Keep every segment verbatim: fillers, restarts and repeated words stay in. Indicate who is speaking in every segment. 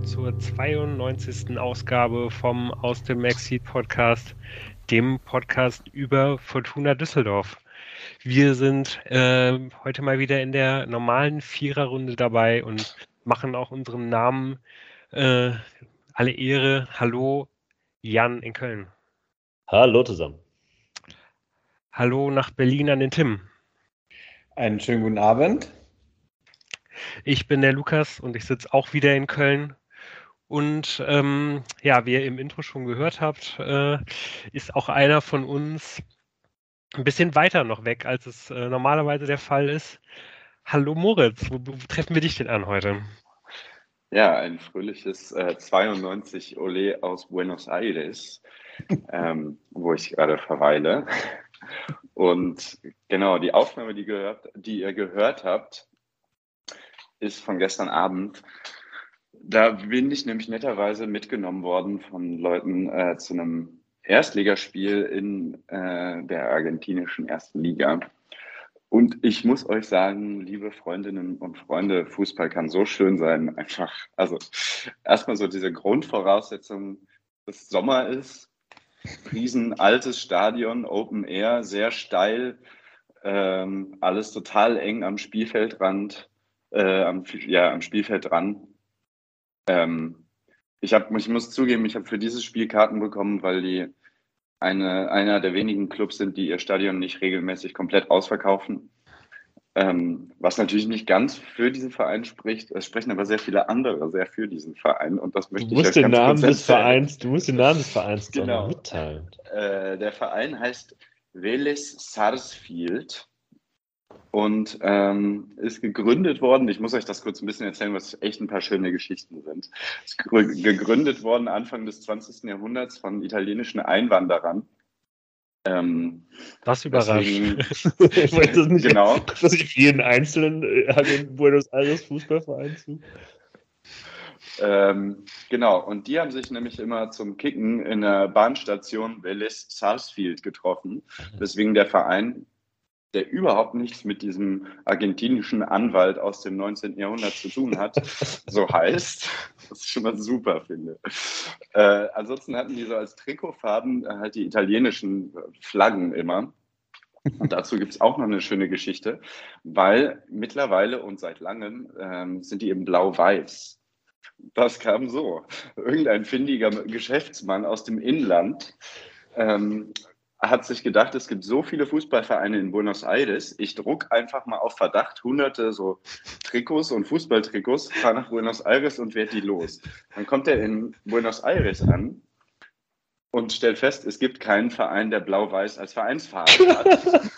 Speaker 1: zur zweiundneunzigsten Ausgabe vom Aus dem Exit Podcast, dem Podcast über Fortuna Düsseldorf. Wir sind äh, heute mal wieder in der normalen Viererrunde dabei und machen auch unserem Namen äh, alle Ehre. Hallo, Jan in Köln.
Speaker 2: Hallo zusammen.
Speaker 1: Hallo nach Berlin an den Tim.
Speaker 3: Einen schönen guten Abend.
Speaker 1: Ich bin der Lukas und ich sitze auch wieder in Köln. Und ähm, ja, wie ihr im Intro schon gehört habt, äh, ist auch einer von uns ein bisschen weiter noch weg, als es äh, normalerweise der Fall ist. Hallo Moritz, wo, wo treffen wir dich denn an heute?
Speaker 4: Ja, ein fröhliches äh, zweiundneunzig Ole aus Buenos Aires, ähm, wo ich gerade verweile. Und genau, die Aufnahme, die, gehört, die ihr gehört habt, ist von gestern Abend. Da bin ich nämlich netterweise mitgenommen worden von Leuten äh, zu einem Erstligaspiel in äh, der argentinischen ersten Liga. Und ich muss euch sagen, liebe Freundinnen und Freunde, Fußball kann so schön sein. Einfach, also erstmal so diese Grundvoraussetzung, dass Sommer ist, riesen altes Stadion, Open Air, sehr steil, ähm, alles total eng am Spielfeldrand, äh, am, ja, am Spielfeld dran. Ähm, ich, hab, ich muss zugeben, ich habe für dieses Spiel Karten bekommen, weil die eine, einer der wenigen Clubs sind, die ihr Stadion nicht regelmäßig komplett ausverkaufen. Ähm, was natürlich nicht ganz für diesen Verein spricht. Es sprechen aber sehr viele andere sehr für diesen Verein. Und das möchte
Speaker 2: du
Speaker 4: ich
Speaker 2: musst
Speaker 4: euch
Speaker 2: den
Speaker 4: ganz
Speaker 2: Namen
Speaker 4: kurz
Speaker 2: des
Speaker 4: erzählen.
Speaker 2: Vereins, Du musst den Namen des Vereins
Speaker 4: genau.
Speaker 2: mitteilen.
Speaker 4: Äh, der Verein heißt Vélez Sarsfield und ähm, ist gegründet worden, ich muss euch das kurz ein bisschen erzählen, was echt ein paar schöne Geschichten sind. Ist gegründet worden Anfang des zwanzigsten Jahrhunderts von italienischen Einwanderern. Ähm,
Speaker 1: das überrascht.
Speaker 4: Deswegen,
Speaker 2: ich weiß das nicht,
Speaker 4: genau.
Speaker 2: dass ich jeden einzelnen äh, Buenos Aires Fußballverein zu.
Speaker 4: Ähm, genau, und die haben sich nämlich immer zum Kicken in der Bahnstation Vélez Sarsfield getroffen, weswegen der Verein, der überhaupt nichts mit diesem argentinischen Anwalt aus dem neunzehnten Jahrhundert zu tun hat, so heißt, was ich schon mal super finde. Äh, ansonsten hatten die so als Trikotfarben halt die italienischen Flaggen immer. Und dazu gibt es auch noch eine schöne Geschichte, weil mittlerweile und seit langem ähm, sind die eben blau-weiß. Das kam so. Irgendein findiger Geschäftsmann aus dem Inland ähm, hat sich gedacht, es gibt so viele Fußballvereine in Buenos Aires, ich druck einfach mal auf Verdacht hunderte so Trikots und Fußballtrikots, fahre nach Buenos Aires und werde die los. Dann kommt er in Buenos Aires an und stellt fest, es gibt keinen Verein, der Blau-Weiß als Vereinsfarbe hat.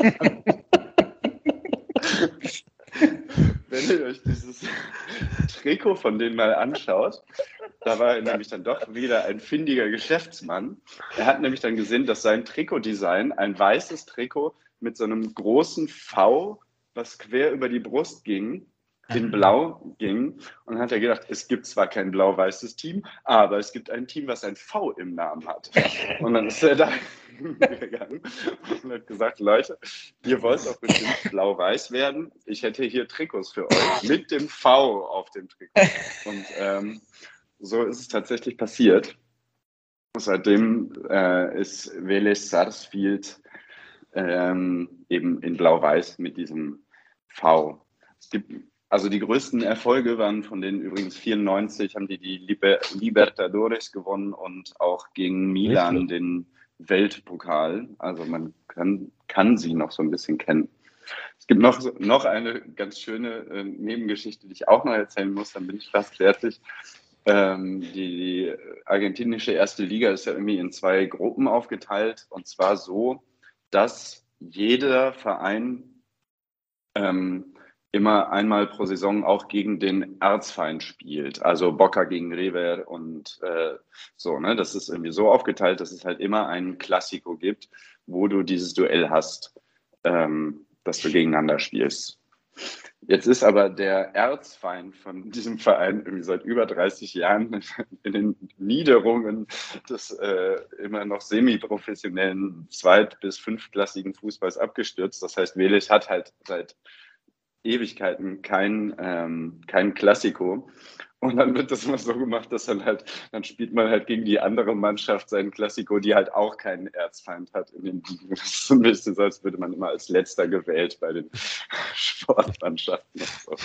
Speaker 4: Wenn ihr euch dieses Trikot von denen mal anschaut, da war er nämlich dann doch wieder ein findiger Geschäftsmann. Er hat nämlich dann gesehen, dass sein Trikotdesign ein weißes Trikot mit so einem großen V, was quer über die Brust ging, in Blau ging. Und dann hat er gedacht, es gibt zwar kein blau-weißes Team, aber es gibt ein Team, was ein V im Namen hat. Und dann ist er da gegangen und hat gesagt, Leute, ihr wollt doch bestimmt blau-weiß werden. Ich hätte hier Trikots für euch mit dem V auf dem Trikot. Und ähm, so ist es tatsächlich passiert. Seitdem äh, ist Vélez Sarsfield ähm, eben in blau-weiß mit diesem V. Es gibt Also die größten Erfolge waren von denen übrigens vierundneunzig, haben die die Liber- Libertadores gewonnen und auch gegen Milan den Weltpokal. Also man kann, kann sie noch so ein bisschen kennen. Es gibt noch, noch eine ganz schöne äh, Nebengeschichte, die ich auch noch erzählen muss, dann bin ich fast fertig. Ähm, die, die argentinische erste Liga ist ja irgendwie in zwei Gruppen aufgeteilt, und zwar so, dass jeder Verein ähm, immer einmal pro Saison auch gegen den Erzfeind spielt. Also Boca gegen River und äh, so, ne? Das ist irgendwie so aufgeteilt, dass es halt immer einen Klassiko gibt, wo du dieses Duell hast, ähm, dass du gegeneinander spielst. Jetzt ist aber der Erzfeind von diesem Verein irgendwie seit über dreißig Jahren in den Niederungen des äh, immer noch semi-professionellen zweit- bis fünftklassigen Fußballs abgestürzt. Das heißt, Vélez hat halt seit Ewigkeiten kein, ähm, kein Klassiko. Und dann wird das immer so gemacht, dass dann halt, dann spielt man halt gegen die andere Mannschaft seinen Klassiko, die halt auch keinen Erzfeind hat in den Ligen. Das ist so ein bisschen so, als würde man immer als Letzter gewählt bei den Sportmannschaften. Und so.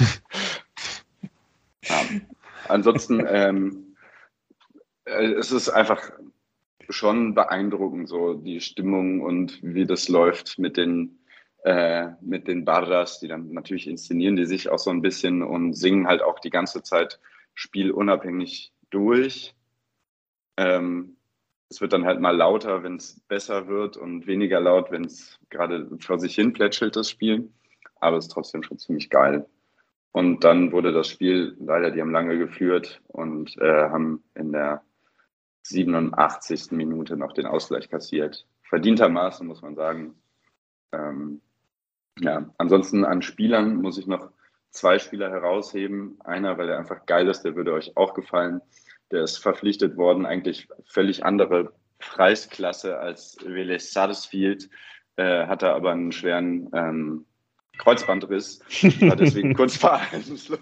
Speaker 4: Ja. Ansonsten, ähm, es ist einfach schon beeindruckend, so die Stimmung und wie das läuft mit den, äh, mit den Barras, die dann natürlich inszenieren die sich auch so ein bisschen und singen halt auch die ganze Zeit spielunabhängig durch. Ähm, es wird dann halt mal lauter, wenn es besser wird und weniger laut, wenn es gerade vor sich hin plätschelt, das Spiel. Aber es ist trotzdem schon ziemlich geil. Und dann wurde das Spiel, leider, die haben lange geführt und äh, haben in der siebenundachtzigsten Minute noch den Ausgleich kassiert. Verdientermaßen, muss man sagen. Ähm, ja, ansonsten an Spielern muss ich noch zwei Spieler herausheben. Einer, weil er einfach geil ist, der würde euch auch gefallen. Der ist verpflichtet worden, eigentlich völlig andere Preisklasse als Vélez Sarsfield, äh, hatte aber einen schweren ähm, Kreuzbandriss, war deswegen kurz vereinslos.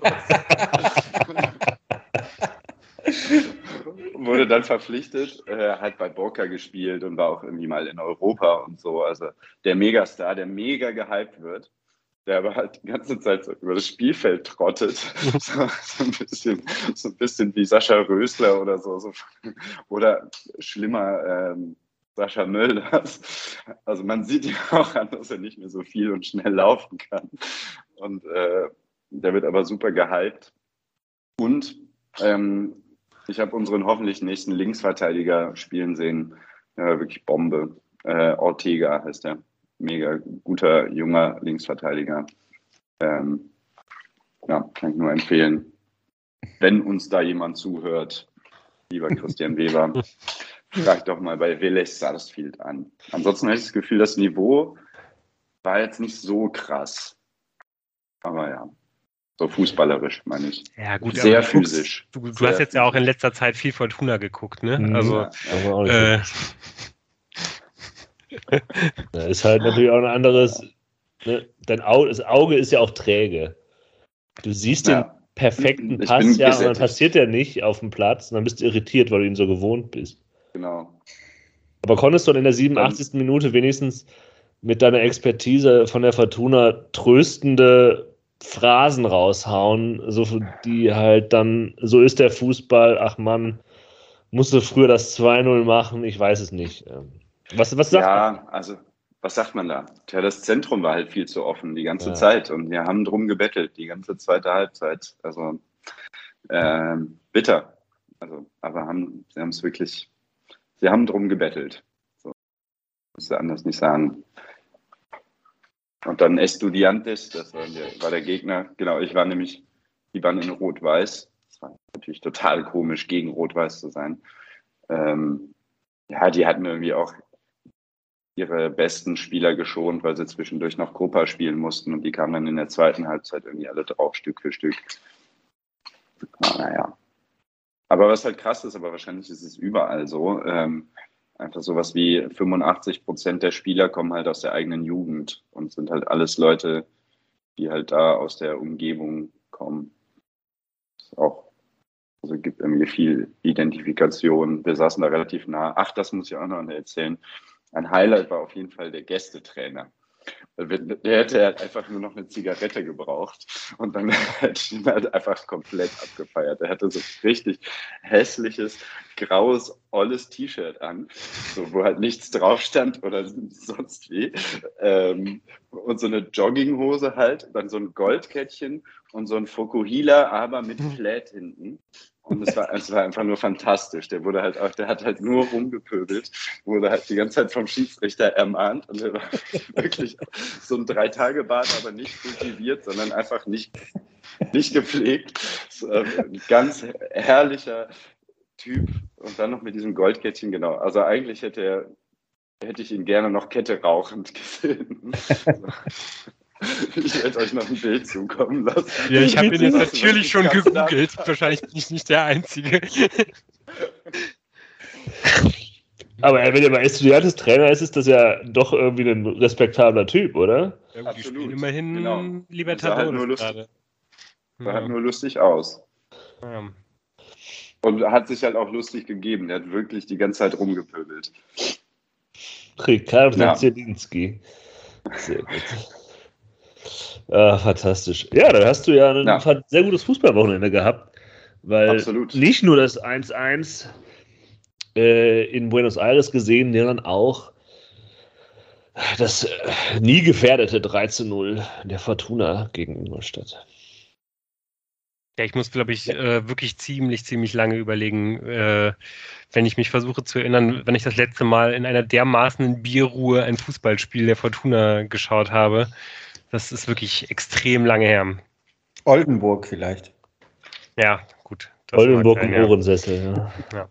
Speaker 4: Wurde dann verpflichtet, äh, hat bei Boca gespielt und war auch irgendwie mal in Europa und so. Also der Megastar, der mega gehypt wird, der aber halt die ganze Zeit so über das Spielfeld trottet. so, so, ein bisschen, so ein bisschen wie Sascha Rösler oder so. so. Oder schlimmer, ähm, Sascha Mölders. Also man sieht ja auch an, dass er nicht mehr so viel und schnell laufen kann. Und äh, der wird aber super gehypt. Und ähm, ich habe unseren hoffentlich nächsten Linksverteidiger spielen sehen. Ja, wirklich Bombe. Äh, Ortega heißt er. Mega guter, junger Linksverteidiger. Ähm, ja, kann ich nur empfehlen. Wenn uns da jemand zuhört, lieber Christian Weber, frag doch mal bei Vélez Sarsfield an. Ansonsten habe ich das Gefühl, das Niveau war jetzt nicht so krass. Aber ja, so fußballerisch, meine ich.
Speaker 1: Ja, gut,
Speaker 4: sehr
Speaker 1: aber
Speaker 4: physisch.
Speaker 1: Du, du
Speaker 4: sehr
Speaker 1: hast jetzt ja auch in letzter Zeit viel Fortuna geguckt, ne?
Speaker 3: Mhm.
Speaker 1: Also,
Speaker 3: Ja, aber auch nicht
Speaker 1: äh,
Speaker 2: Ja, ist halt natürlich auch ein anderes. Ne? Dein Auge, das Auge ist ja auch träge. Du siehst den
Speaker 4: Ja.
Speaker 2: perfekten
Speaker 4: Ich
Speaker 2: Pass,
Speaker 4: bin
Speaker 2: ja, und dann
Speaker 4: gesättigt.
Speaker 2: passiert der nicht auf dem Platz und dann bist du irritiert, weil du ihn so gewohnt bist.
Speaker 4: Genau.
Speaker 2: Aber konntest du dann in der siebenundachtzigsten Minute wenigstens mit deiner Expertise von der Fortuna tröstende Phrasen raushauen, so die halt dann, so ist der Fußball, ach Mann, musste früher das zwei null machen, ich weiß es nicht. Was, was sagt
Speaker 4: Ja,
Speaker 2: man?
Speaker 4: also, was sagt man da? Tja, das Zentrum war halt viel zu offen die ganze
Speaker 2: Ja.
Speaker 4: Zeit und wir haben drum gebettelt, die ganze zweite Halbzeit. Also, ähm, bitter. Also, aber haben, sie haben es wirklich, sie haben drum gebettelt. So, muss ich anders nicht sagen. Und dann Estudiantes, das war der, war der Gegner. Genau, ich war nämlich, die waren in Rot-Weiß. Das war natürlich total komisch, gegen Rot-Weiß zu sein. Ähm, ja, die hatten irgendwie auch ihre besten Spieler geschont, weil sie zwischendurch noch Copa spielen mussten und die kamen dann in der zweiten Halbzeit irgendwie alle drauf, Stück für Stück. Ah, naja. Aber was halt krass ist, aber wahrscheinlich ist es überall so, ähm, einfach sowas wie fünfundachtzig Prozent der Spieler kommen halt aus der eigenen Jugend und sind halt alles Leute, die halt da aus der Umgebung kommen. Das ist auch, also gibt irgendwie viel Identifikation. Wir saßen da relativ nah. Ach, das muss ich auch noch erzählen. Ein Highlight war auf jeden Fall der Gästetrainer. Der hätte halt einfach nur noch eine Zigarette gebraucht und dann hätte ich ihn halt einfach komplett abgefeiert. Er hatte so ein richtig hässliches, graues, olles T-Shirt an, so, wo halt nichts drauf stand oder sonst wie. Ähm, und so eine Jogginghose halt, dann so ein Goldkettchen und so ein Fokuhila, aber mit Flat hinten. Und es war, es war einfach nur fantastisch. Der wurde halt auch, der hat halt nur rumgepöbelt, wurde halt die ganze Zeit vom Schiedsrichter ermahnt und der war wirklich so ein Drei-Tage-Bart, aber nicht kultiviert, sondern einfach nicht, nicht gepflegt. So, ein ganz herrlicher Typ und dann noch mit diesem Goldkettchen, genau. Also eigentlich hätte er, hätte ich ihn gerne noch Kette rauchend gesehen. So. Ich werde euch noch ein Bild zukommen lassen.
Speaker 1: Ja, ich habe ihn jetzt
Speaker 4: Was
Speaker 1: natürlich schon
Speaker 4: ganz
Speaker 1: gegoogelt.
Speaker 4: nah-
Speaker 1: Wahrscheinlich bin ich nicht der Einzige.
Speaker 2: Aber wenn er bei Estudiantes Trainer ist, ist das ja doch irgendwie ein respektabler Typ, oder?
Speaker 1: Ja, gut, die
Speaker 4: Absolut,
Speaker 1: spielen immerhin
Speaker 4: genau.
Speaker 1: Libertadores
Speaker 4: Sah halt nur lustig-
Speaker 1: gerade.
Speaker 4: Sah halt nur lustig aus.
Speaker 1: Ja.
Speaker 4: Und hat sich halt auch lustig gegeben. Der hat wirklich die ganze Zeit rumgepöbelt.
Speaker 2: Ricardo
Speaker 4: Ja.
Speaker 2: Zielinski. Sehr gut. Ah, fantastisch. Ja, dann hast du ja ein
Speaker 4: Ja.
Speaker 2: sehr gutes Fußballwochenende gehabt, weil
Speaker 4: Absolut.
Speaker 2: nicht nur das eins eins äh, in Buenos Aires gesehen, sondern auch das äh, nie gefährdete drei zu null der Fortuna gegen Ingolstadt.
Speaker 1: Ja, ich muss, glaube ich, äh, wirklich ziemlich, ziemlich lange überlegen, äh, wenn ich mich versuche zu erinnern, wenn ich das letzte Mal in einer dermaßen Bierruhe ein Fußballspiel der Fortuna geschaut habe. Das ist wirklich extrem lange her.
Speaker 3: Oldenburg vielleicht.
Speaker 1: Ja, gut. das
Speaker 2: Oldenburg
Speaker 1: mag sein,
Speaker 2: im
Speaker 1: ja.
Speaker 2: Ohrensessel. Ja.
Speaker 1: Ja.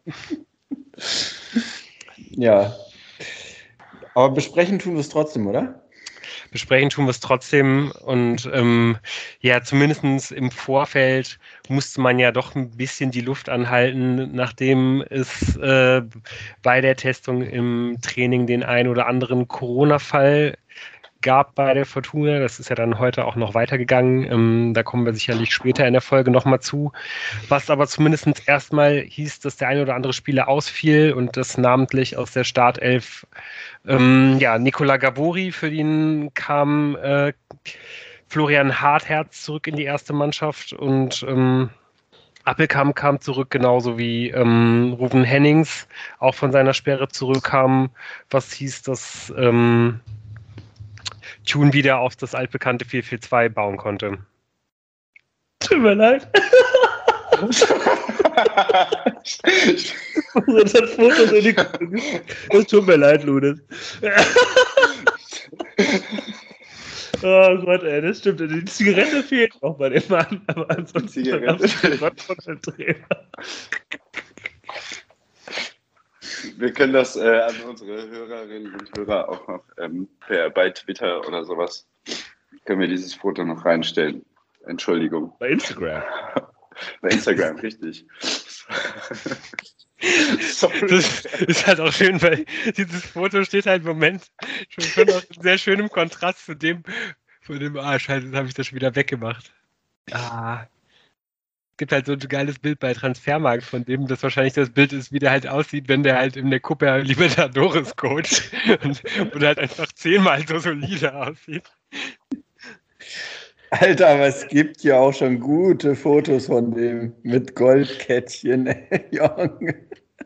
Speaker 3: Ja. Aber besprechen tun wir es trotzdem, oder?
Speaker 1: Besprechen tun wir es trotzdem und ähm, ja, zumindest im Vorfeld musste man ja doch ein bisschen die Luft anhalten, nachdem es äh, bei der Testung im Training den ein oder anderen Corona-Fall gab bei der Fortuna. Das ist ja dann heute auch noch weitergegangen. Ähm, da kommen wir sicherlich später in der Folge nochmal zu. Was aber zumindest erstmal hieß, dass der ein oder andere Spieler ausfiel und das namentlich aus der Startelf ähm, ja, Nicola Gabori, für den kam äh, Florian Hartherz zurück in die erste Mannschaft und ähm, Appelkamp kam zurück, genauso wie ähm, Ruven Hennings auch von seiner Sperre zurückkam, was hieß, dass ähm, Thun wieder auf das altbekannte vier vier zwei bauen konnte.
Speaker 2: Tut mir leid. Das hat Fotos in die Das tut mir leid, Ludes. Oh Gott, ey, das stimmt. Die Zigarette fehlt auch bei dem Mann, aber ansonsten
Speaker 4: Zigarette.
Speaker 2: Trainer.
Speaker 4: Wir können das äh, an unsere Hörerinnen und Hörer auch noch ähm, per, bei Twitter oder sowas, können wir dieses Foto noch reinstellen. Entschuldigung.
Speaker 2: Bei Instagram.
Speaker 4: Bei Instagram, richtig. Sorry.
Speaker 1: Das ist halt auch schön, weil dieses Foto steht halt im Moment schon, schon auch in sehr schönem Kontrast zu dem, von dem, ah, scheiße, jetzt habe ich das schon wieder weggemacht. Ah. Es gibt halt so ein geiles Bild bei Transfermarkt, von dem das wahrscheinlich das Bild ist, wie der halt aussieht, wenn der halt in der Copa Libertadores coacht und, und halt einfach zehnmal so solide aussieht.
Speaker 3: Alter, aber es gibt ja auch schon gute Fotos von dem mit Goldkettchen, ey, Junge.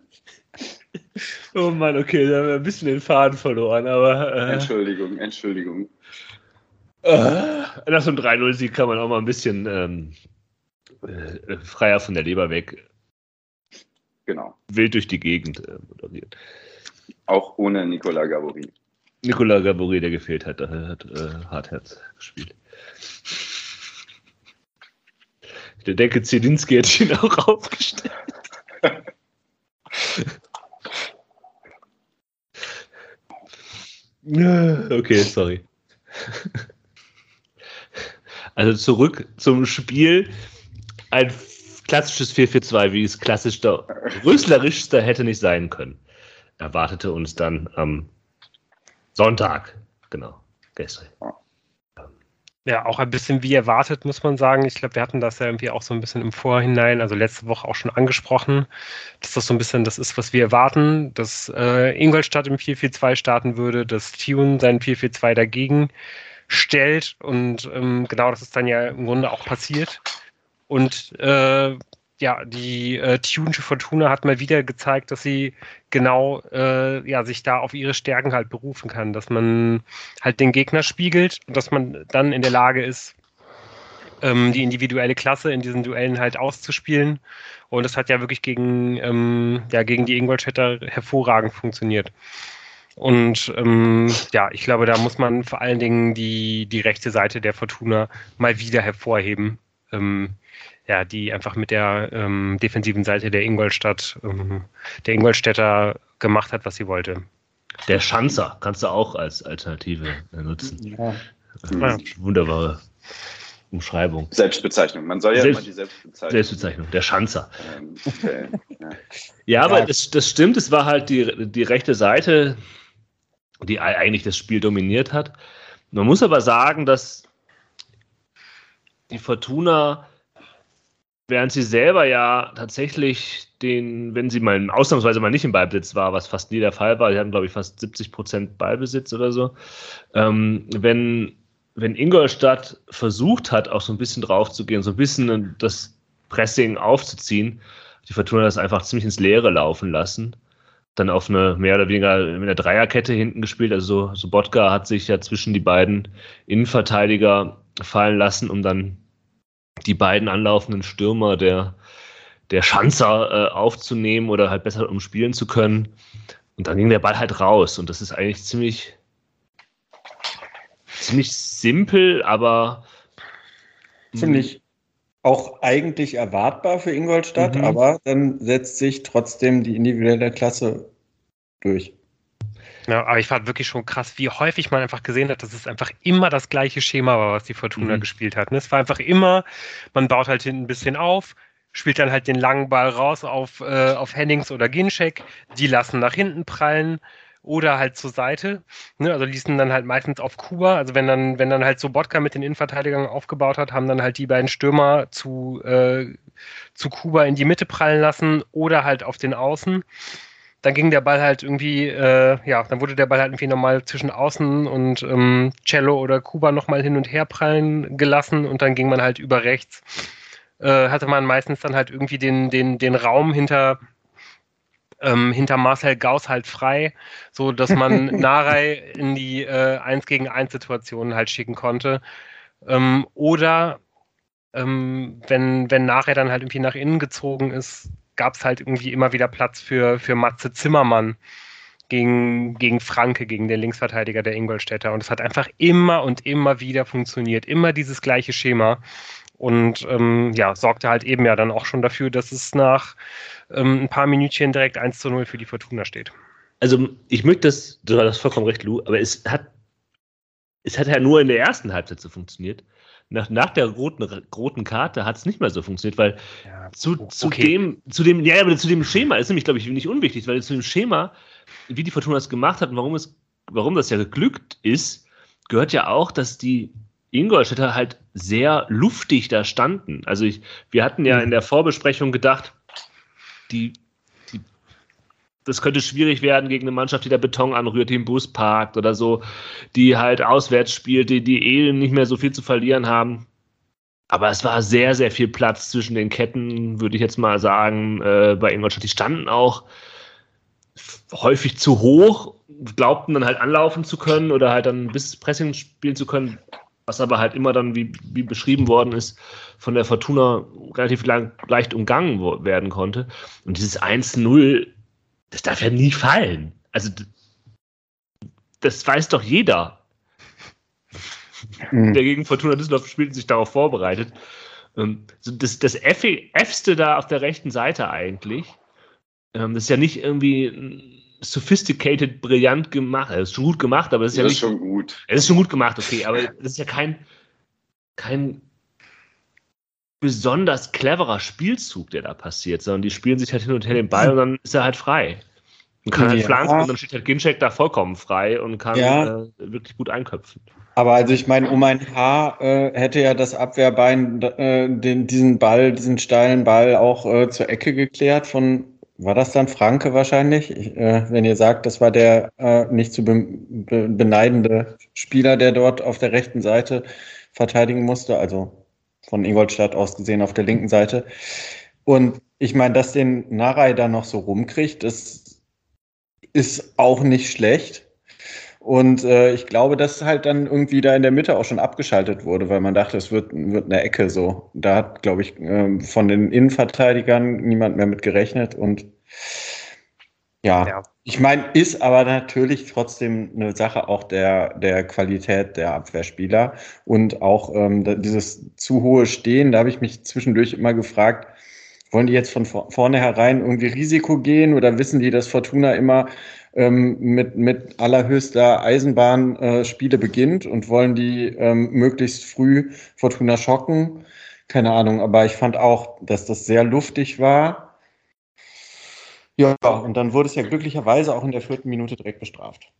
Speaker 2: Oh Mann, okay, da haben wir ein bisschen den Faden verloren, aber. Äh,
Speaker 4: Entschuldigung, Entschuldigung.
Speaker 2: Äh, nach so einem drei null Sieg kann man auch mal ein bisschen ähm, äh, freier von der Leber weg,
Speaker 4: Genau.
Speaker 2: wild durch die Gegend äh, moderieren.
Speaker 4: Auch ohne Nicola Gabori.
Speaker 2: Nicola Gabori, der gefehlt hat, der hat äh, Hartherz gespielt. Ich denke, Zielinski hätte ihn auch aufgestellt. Okay, sorry. Also zurück zum Spiel. Ein klassisches vier vier zwei, wie es klassischster, röslerischster hätte nicht sein können. Erwartete uns dann am Sonntag. Genau, gestern.
Speaker 1: Ja, auch ein bisschen wie erwartet, muss man sagen. Ich glaube, wir hatten das ja irgendwie auch so ein bisschen im Vorhinein, also letzte Woche auch schon angesprochen, dass das so ein bisschen das ist, was wir erwarten, dass äh, Ingolstadt im vier vier zwei starten würde, dass Thun sein vier vier zwei dagegen stellt und ähm, genau das ist dann ja im Grunde auch passiert. Und äh, ja, die äh, Thunische Fortuna hat mal wieder gezeigt, dass sie genau äh, ja, sich da auf ihre Stärken halt berufen kann, dass man halt den Gegner spiegelt und dass man dann in der Lage ist, ähm, die individuelle Klasse in diesen Duellen halt auszuspielen. Und das hat ja wirklich gegen, ähm, ja, gegen die Ingolstädter hervorragend funktioniert. Und ähm, ja, ich glaube, da muss man vor allen Dingen die, die rechte Seite der Fortuna mal wieder hervorheben. Ähm, ja, die einfach mit der ähm, defensiven Seite der Ingolstadt, ähm, der Ingolstädter gemacht hat, was sie wollte.
Speaker 2: Der Schanzer kannst du auch als Alternative nutzen.
Speaker 3: Ja.
Speaker 1: Ja.
Speaker 2: Wunderbare Umschreibung.
Speaker 4: Selbstbezeichnung. Man soll ja
Speaker 2: Selbst-
Speaker 4: immer die Selbstbezeichnung.
Speaker 2: Selbstbezeichnung, der Schanzer.
Speaker 4: Ähm, okay. Ja.
Speaker 2: Ja, aber
Speaker 3: Ja.
Speaker 2: das, das stimmt, es war halt die, die rechte Seite, die eigentlich das Spiel dominiert hat. Man muss aber sagen, dass die Fortuna während sie selber ja tatsächlich den, wenn sie mal ausnahmsweise mal nicht im Ballbesitz war, was fast nie der Fall war, die hatten, glaube ich, fast siebzig Prozent Ballbesitz oder so, ähm, wenn, wenn Ingolstadt versucht hat, auch so ein bisschen drauf zu gehen, so ein bisschen das Pressing aufzuziehen, die Fortuna das einfach ziemlich ins Leere laufen lassen, dann auf eine mehr oder weniger mit einer Dreierkette hinten gespielt, also so, Sobotka hat sich ja zwischen die beiden Innenverteidiger fallen lassen, um dann die beiden anlaufenden Stürmer der, der Schanzer äh, aufzunehmen oder halt besser umspielen zu können. Und dann ging der Ball halt raus. Und das ist eigentlich ziemlich, ziemlich simpel, aber
Speaker 3: ziemlich auch eigentlich erwartbar für Ingolstadt,
Speaker 2: Mhm.
Speaker 3: aber dann setzt sich trotzdem die individuelle Klasse durch.
Speaker 1: Ja, aber ich fand wirklich schon krass, wie häufig man einfach gesehen hat, dass es einfach immer das gleiche Schema war, was die Fortuna
Speaker 2: Mhm.
Speaker 1: gespielt hat. Ne? Es war einfach immer, man baut halt hinten ein bisschen auf, spielt dann halt den langen Ball raus auf, äh, auf Hennings oder Ginczek, die lassen nach hinten prallen oder halt zur Seite. Ne? Also ließen dann halt meistens auf Kuba. Also wenn dann, wenn dann halt Sobotka mit den Innenverteidigern aufgebaut hat, haben dann halt die beiden Stürmer zu, äh, zu Kuba in die Mitte prallen lassen oder halt auf den Außen. Dann ging der Ball halt irgendwie, äh, ja, dann wurde der Ball halt irgendwie nochmal zwischen Außen und ähm, Cello oder Kuba nochmal hin und her prallen gelassen und dann ging man halt über rechts. Äh, hatte man meistens dann halt irgendwie den, den, den Raum hinter, ähm, hinter Marcel Gauss halt frei, so dass man Narei in die äh, eins gegen eins Situationen halt schicken konnte. Ähm, oder ähm, wenn, wenn nachher dann halt irgendwie nach innen gezogen ist, gab es halt irgendwie immer wieder Platz für, für Matze Zimmermann gegen, gegen Franke, gegen den Linksverteidiger der Ingolstädter. Und es hat einfach immer und immer wieder funktioniert. Immer dieses gleiche Schema. Und ähm, ja, sorgte halt eben ja dann auch schon dafür, dass es nach ähm, ein paar Minütchen direkt eins zu null für die Fortuna steht.
Speaker 2: Also ich möchte das, du hast vollkommen recht, Lou, aber es hat, es hat ja nur in der ersten Halbzeit so funktioniert. Nach, nach der roten, roten Karte hat es nicht mehr so funktioniert, weil
Speaker 1: Ja,
Speaker 2: zu, zu
Speaker 1: okay.
Speaker 2: dem, zu dem, ja, aber zu dem Schema ist nämlich, glaube ich, nicht unwichtig, weil zu dem Schema, wie die Fortuna das gemacht hat und warum es, warum das ja geglückt ist, gehört ja auch, dass die Ingolstädter halt sehr luftig da standen. Also ich, wir hatten ja in der Vorbesprechung gedacht, die, die, das könnte schwierig werden gegen eine Mannschaft, die da Beton anrührt, die im Bus parkt oder so, die halt auswärts spielt, die, die eh nicht mehr so viel zu verlieren haben. Aber es war sehr, sehr viel Platz zwischen den Ketten, würde ich jetzt mal sagen, äh, bei Ingolstadt. Die standen auch häufig zu hoch, glaubten dann halt anlaufen zu können oder halt dann bis Pressing spielen zu können, was aber halt immer dann, wie, wie beschrieben worden ist, von der Fortuna relativ lang, leicht umgangen werden konnte. Und dieses eins null, das darf ja nie fallen. Also das weiß doch jeder,
Speaker 3: Mhm.
Speaker 2: der gegen Fortuna Düsseldorf spielt und sich darauf vorbereitet. Das, das Äffste da auf der rechten Seite eigentlich, das ist ja nicht irgendwie sophisticated, brillant gemacht. Das ist schon gut gemacht, aber es ist ja
Speaker 4: Das
Speaker 2: nicht.
Speaker 4: ist schon gut.
Speaker 2: Es ist schon gut gemacht, okay, aber das ist ja kein, kein besonders cleverer Spielzug, der da passiert, sondern die spielen sich halt hin und her den Ball und dann ist er halt frei. Und kann halt
Speaker 3: Ja.
Speaker 2: flanken und dann steht halt Ginczek da vollkommen frei und kann
Speaker 3: Ja.
Speaker 2: äh, wirklich gut einköpfen.
Speaker 3: Aber also ich meine, um ein Haar äh, hätte ja das Abwehrbein äh, den, diesen Ball, diesen steilen Ball auch äh, zur Ecke geklärt von, war das dann Franke wahrscheinlich? Ich, äh, wenn ihr sagt, das war der äh, nicht zu be be beneidende Spieler, der dort auf der rechten Seite verteidigen musste, also von Ingolstadt aus gesehen auf der linken Seite. Und ich meine, dass den Narei da noch so rumkriegt, das ist auch nicht schlecht. Und äh, ich glaube, dass halt dann irgendwie da in der Mitte auch schon abgeschaltet wurde, weil man dachte, es wird, wird eine Ecke so. Da hat, glaube ich, äh, von den Innenverteidigern niemand mehr mit gerechnet. Und ja,
Speaker 1: Ja.
Speaker 3: ich meine, ist aber natürlich trotzdem eine Sache auch der, der Qualität der Abwehrspieler und auch ähm, dieses zu hohe Stehen. Da habe ich mich zwischendurch immer gefragt, wollen die jetzt von vor vornherein irgendwie Risiko gehen oder wissen die, dass Fortuna immer ähm, mit, mit allerhöchster Eisenbahn äh, Spiele beginnt und wollen die ähm, möglichst früh Fortuna schocken? Keine Ahnung, aber ich fand auch, dass das sehr luftig war. Ja, und dann wurde es ja glücklicherweise auch in der vierten Minute direkt bestraft.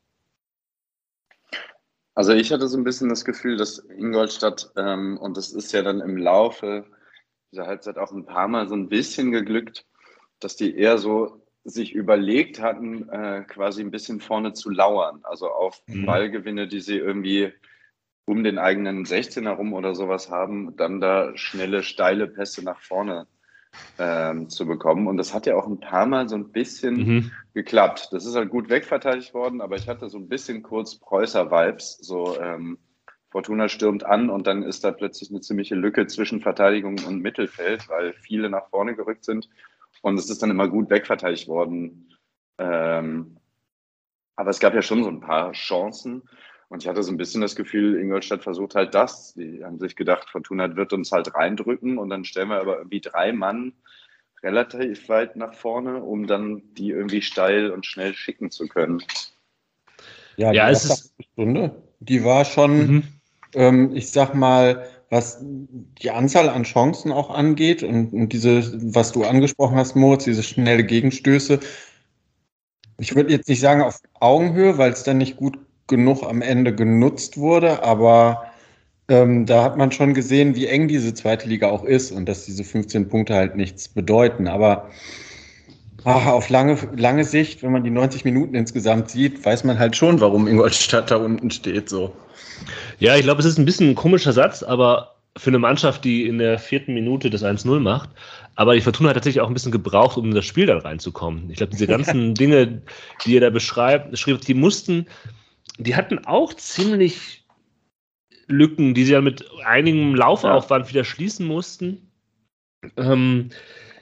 Speaker 4: Also ich hatte so ein bisschen das Gefühl, dass Ingolstadt, ähm, und das ist ja dann im Laufe dieser Halbzeit auch ein paar Mal so ein bisschen geglückt, dass die eher so sich überlegt hatten, äh, quasi ein bisschen vorne zu lauern. Also auf
Speaker 2: Mhm.
Speaker 4: Ballgewinne, die sie irgendwie um den eigenen sechzehner rum oder sowas haben, dann da schnelle, steile Pässe nach vorne ähm, zu bekommen. Und das hat ja auch ein paar Mal so ein bisschen
Speaker 2: Mhm.
Speaker 4: geklappt. Das ist halt gut wegverteidigt worden, aber ich hatte so ein bisschen kurz Preußer-Vibes. So ähm, Fortuna stürmt an und dann ist da plötzlich eine ziemliche Lücke zwischen Verteidigung und Mittelfeld, weil viele nach vorne gerückt sind. Und es ist dann immer gut wegverteidigt worden. Ähm, aber es gab ja schon so ein paar Chancen. Und ich hatte so ein bisschen das Gefühl, Ingolstadt versucht halt das. Die haben sich gedacht, Fortuna wird uns halt reindrücken und dann stellen wir aber irgendwie drei Mann relativ weit nach vorne, um dann die irgendwie steil und schnell schicken zu können.
Speaker 3: Ja, die
Speaker 2: Ja, es
Speaker 3: erste
Speaker 2: ist.
Speaker 3: Stunde, die war schon,
Speaker 2: Mhm.
Speaker 3: ähm, ich sag mal, was die Anzahl an Chancen auch angeht und, und diese, was du angesprochen hast, Moritz, diese schnelle Gegenstöße. Ich würde jetzt nicht sagen auf Augenhöhe, weil es dann nicht gut genug am Ende genutzt wurde, aber ähm, da hat man schon gesehen, wie eng diese zweite Liga auch ist und dass diese fünfzehn Punkte halt nichts bedeuten. Aber ach, auf lange, lange Sicht, wenn man die neunzig Minuten insgesamt sieht, weiß man halt schon, warum Ingolstadt da unten steht so.
Speaker 2: Ja, ich glaube, es ist ein bisschen ein komischer Satz, aber für eine Mannschaft, die in der vierten Minute das eins null macht. Aber die Fortuna hat tatsächlich auch ein bisschen gebraucht, um in das Spiel dann reinzukommen. Ich glaube, diese ganzen Dinge, die ihr da beschreibt, schrieb, die mussten, die hatten auch ziemlich Lücken, die sie ja mit einigem Laufaufwand wieder schließen mussten. Ähm,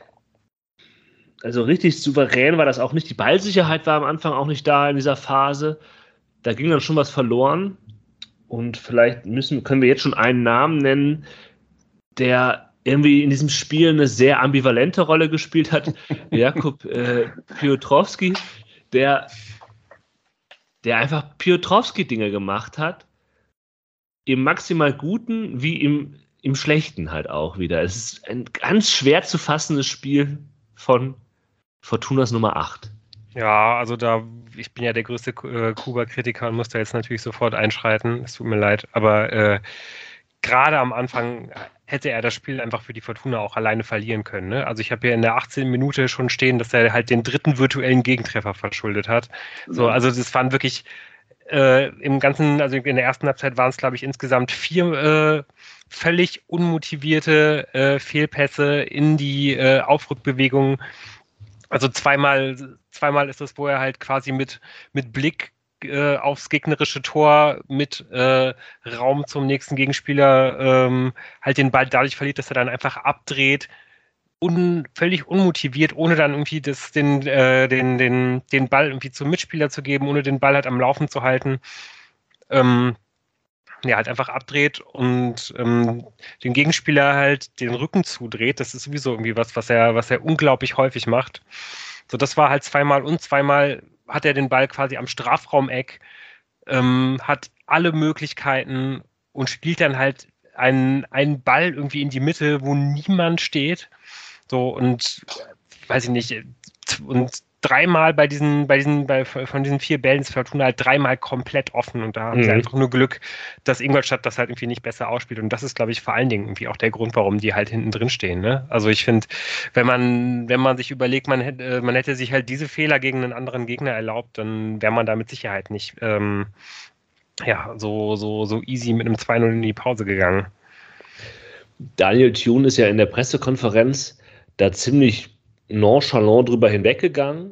Speaker 2: also richtig souverän war das auch nicht. Die Ballsicherheit war am Anfang auch nicht da in dieser Phase. Da ging dann schon was verloren. Und vielleicht müssen, können wir jetzt schon einen Namen nennen, der irgendwie in diesem Spiel eine sehr ambivalente Rolle gespielt hat. Jakub äh, Piotrowski, der, der einfach Piotrowski-Dinge gemacht hat. Im maximal Guten wie im, im Schlechten halt auch wieder. Es ist ein ganz schwer zu fassendes Spiel von Fortunas Nummer acht.
Speaker 1: Ja, also da, ich bin ja der größte äh, Kuba-Kritiker und muss da jetzt natürlich sofort einschreiten. Es tut mir leid, aber äh, gerade am Anfang hätte er das Spiel einfach für die Fortuna auch alleine verlieren können. Ne? Also ich habe ja in der achtzehnten Minute schon stehen, dass er halt den dritten virtuellen Gegentreffer verschuldet hat. So, also das waren wirklich äh, im ganzen, also in der ersten Halbzeit waren es, glaube ich, insgesamt vier äh, völlig unmotivierte äh, Fehlpässe in die äh, Aufrückbewegung. Also zweimal, zweimal ist es, wo er halt quasi mit, mit Blick äh, aufs gegnerische Tor, mit äh, Raum zum nächsten Gegenspieler ähm, halt den Ball dadurch verliert, dass er dann einfach abdreht, un, völlig unmotiviert, ohne dann irgendwie das, den, äh, den, den, den Ball irgendwie zum Mitspieler zu geben, ohne den Ball halt am Laufen zu halten. Ähm, ja, halt einfach abdreht und ähm, den Gegenspieler halt den Rücken zudreht. Das ist sowieso irgendwie was, was er, was er unglaublich häufig macht. So, das war halt zweimal und zweimal hat er den Ball quasi am Strafraumeck, ähm, hat alle Möglichkeiten und spielt dann halt einen, einen Ball irgendwie in die Mitte, wo niemand steht. So, und weiß ich nicht, und dreimal bei diesen, bei diesen, bei, von diesen vier Bällen ist Fortuna halt dreimal komplett offen und da haben
Speaker 2: Mhm.
Speaker 1: sie einfach nur Glück, dass Ingolstadt das halt irgendwie nicht besser ausspielt und das ist, glaube ich, vor allen Dingen irgendwie auch der Grund, warum die halt hinten drin stehen. Ne? Also ich finde, wenn man, wenn man sich überlegt, man hätte, man hätte sich halt diese Fehler gegen einen anderen Gegner erlaubt, dann wäre man da mit Sicherheit nicht ähm, ja, so, so, so easy mit einem zwei null in die Pause gegangen.
Speaker 2: Daniel Thune ist ja in der Pressekonferenz da ziemlich nonchalant drüber hinweggegangen.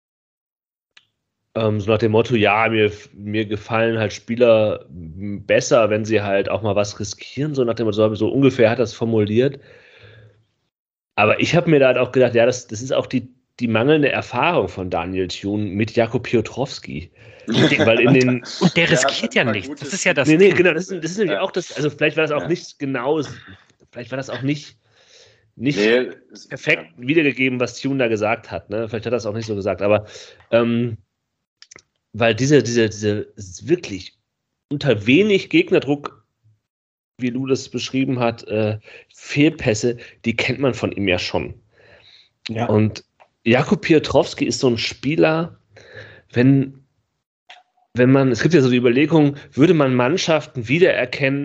Speaker 2: Ähm, so nach dem Motto, ja, mir, mir gefallen halt Spieler besser, wenn sie halt auch mal was riskieren. So nach dem Motto, so ungefähr hat er es formuliert. Aber ich habe mir da halt auch gedacht, ja, das, das ist auch die, die mangelnde Erfahrung von Daniel Thune mit Jakub Piotrowski. Weil in den,
Speaker 1: und der
Speaker 4: Der
Speaker 1: riskiert
Speaker 4: hat
Speaker 1: ja
Speaker 4: mal
Speaker 1: nichts.
Speaker 4: gutes
Speaker 1: Das ist ja das.
Speaker 2: nee, nee, genau, das ist, das ist nämlich
Speaker 4: Ja.
Speaker 2: auch das, also vielleicht war das auch
Speaker 4: Ja.
Speaker 2: nicht genau, vielleicht war das auch nicht, nicht
Speaker 4: Nee, es-
Speaker 2: perfekt wiedergegeben, was Thune da gesagt hat. Ne? Vielleicht hat er das auch nicht so gesagt, aber ähm, weil diese, diese, diese wirklich unter wenig Gegnerdruck, wie Lou das beschrieben hat, äh, Fehlpässe, die kennt man von ihm ja schon.
Speaker 3: Ja.
Speaker 2: Und Jakub Piotrowski ist so ein Spieler, wenn, wenn man, es gibt ja so die Überlegung, würde man Mannschaften wiedererkennen,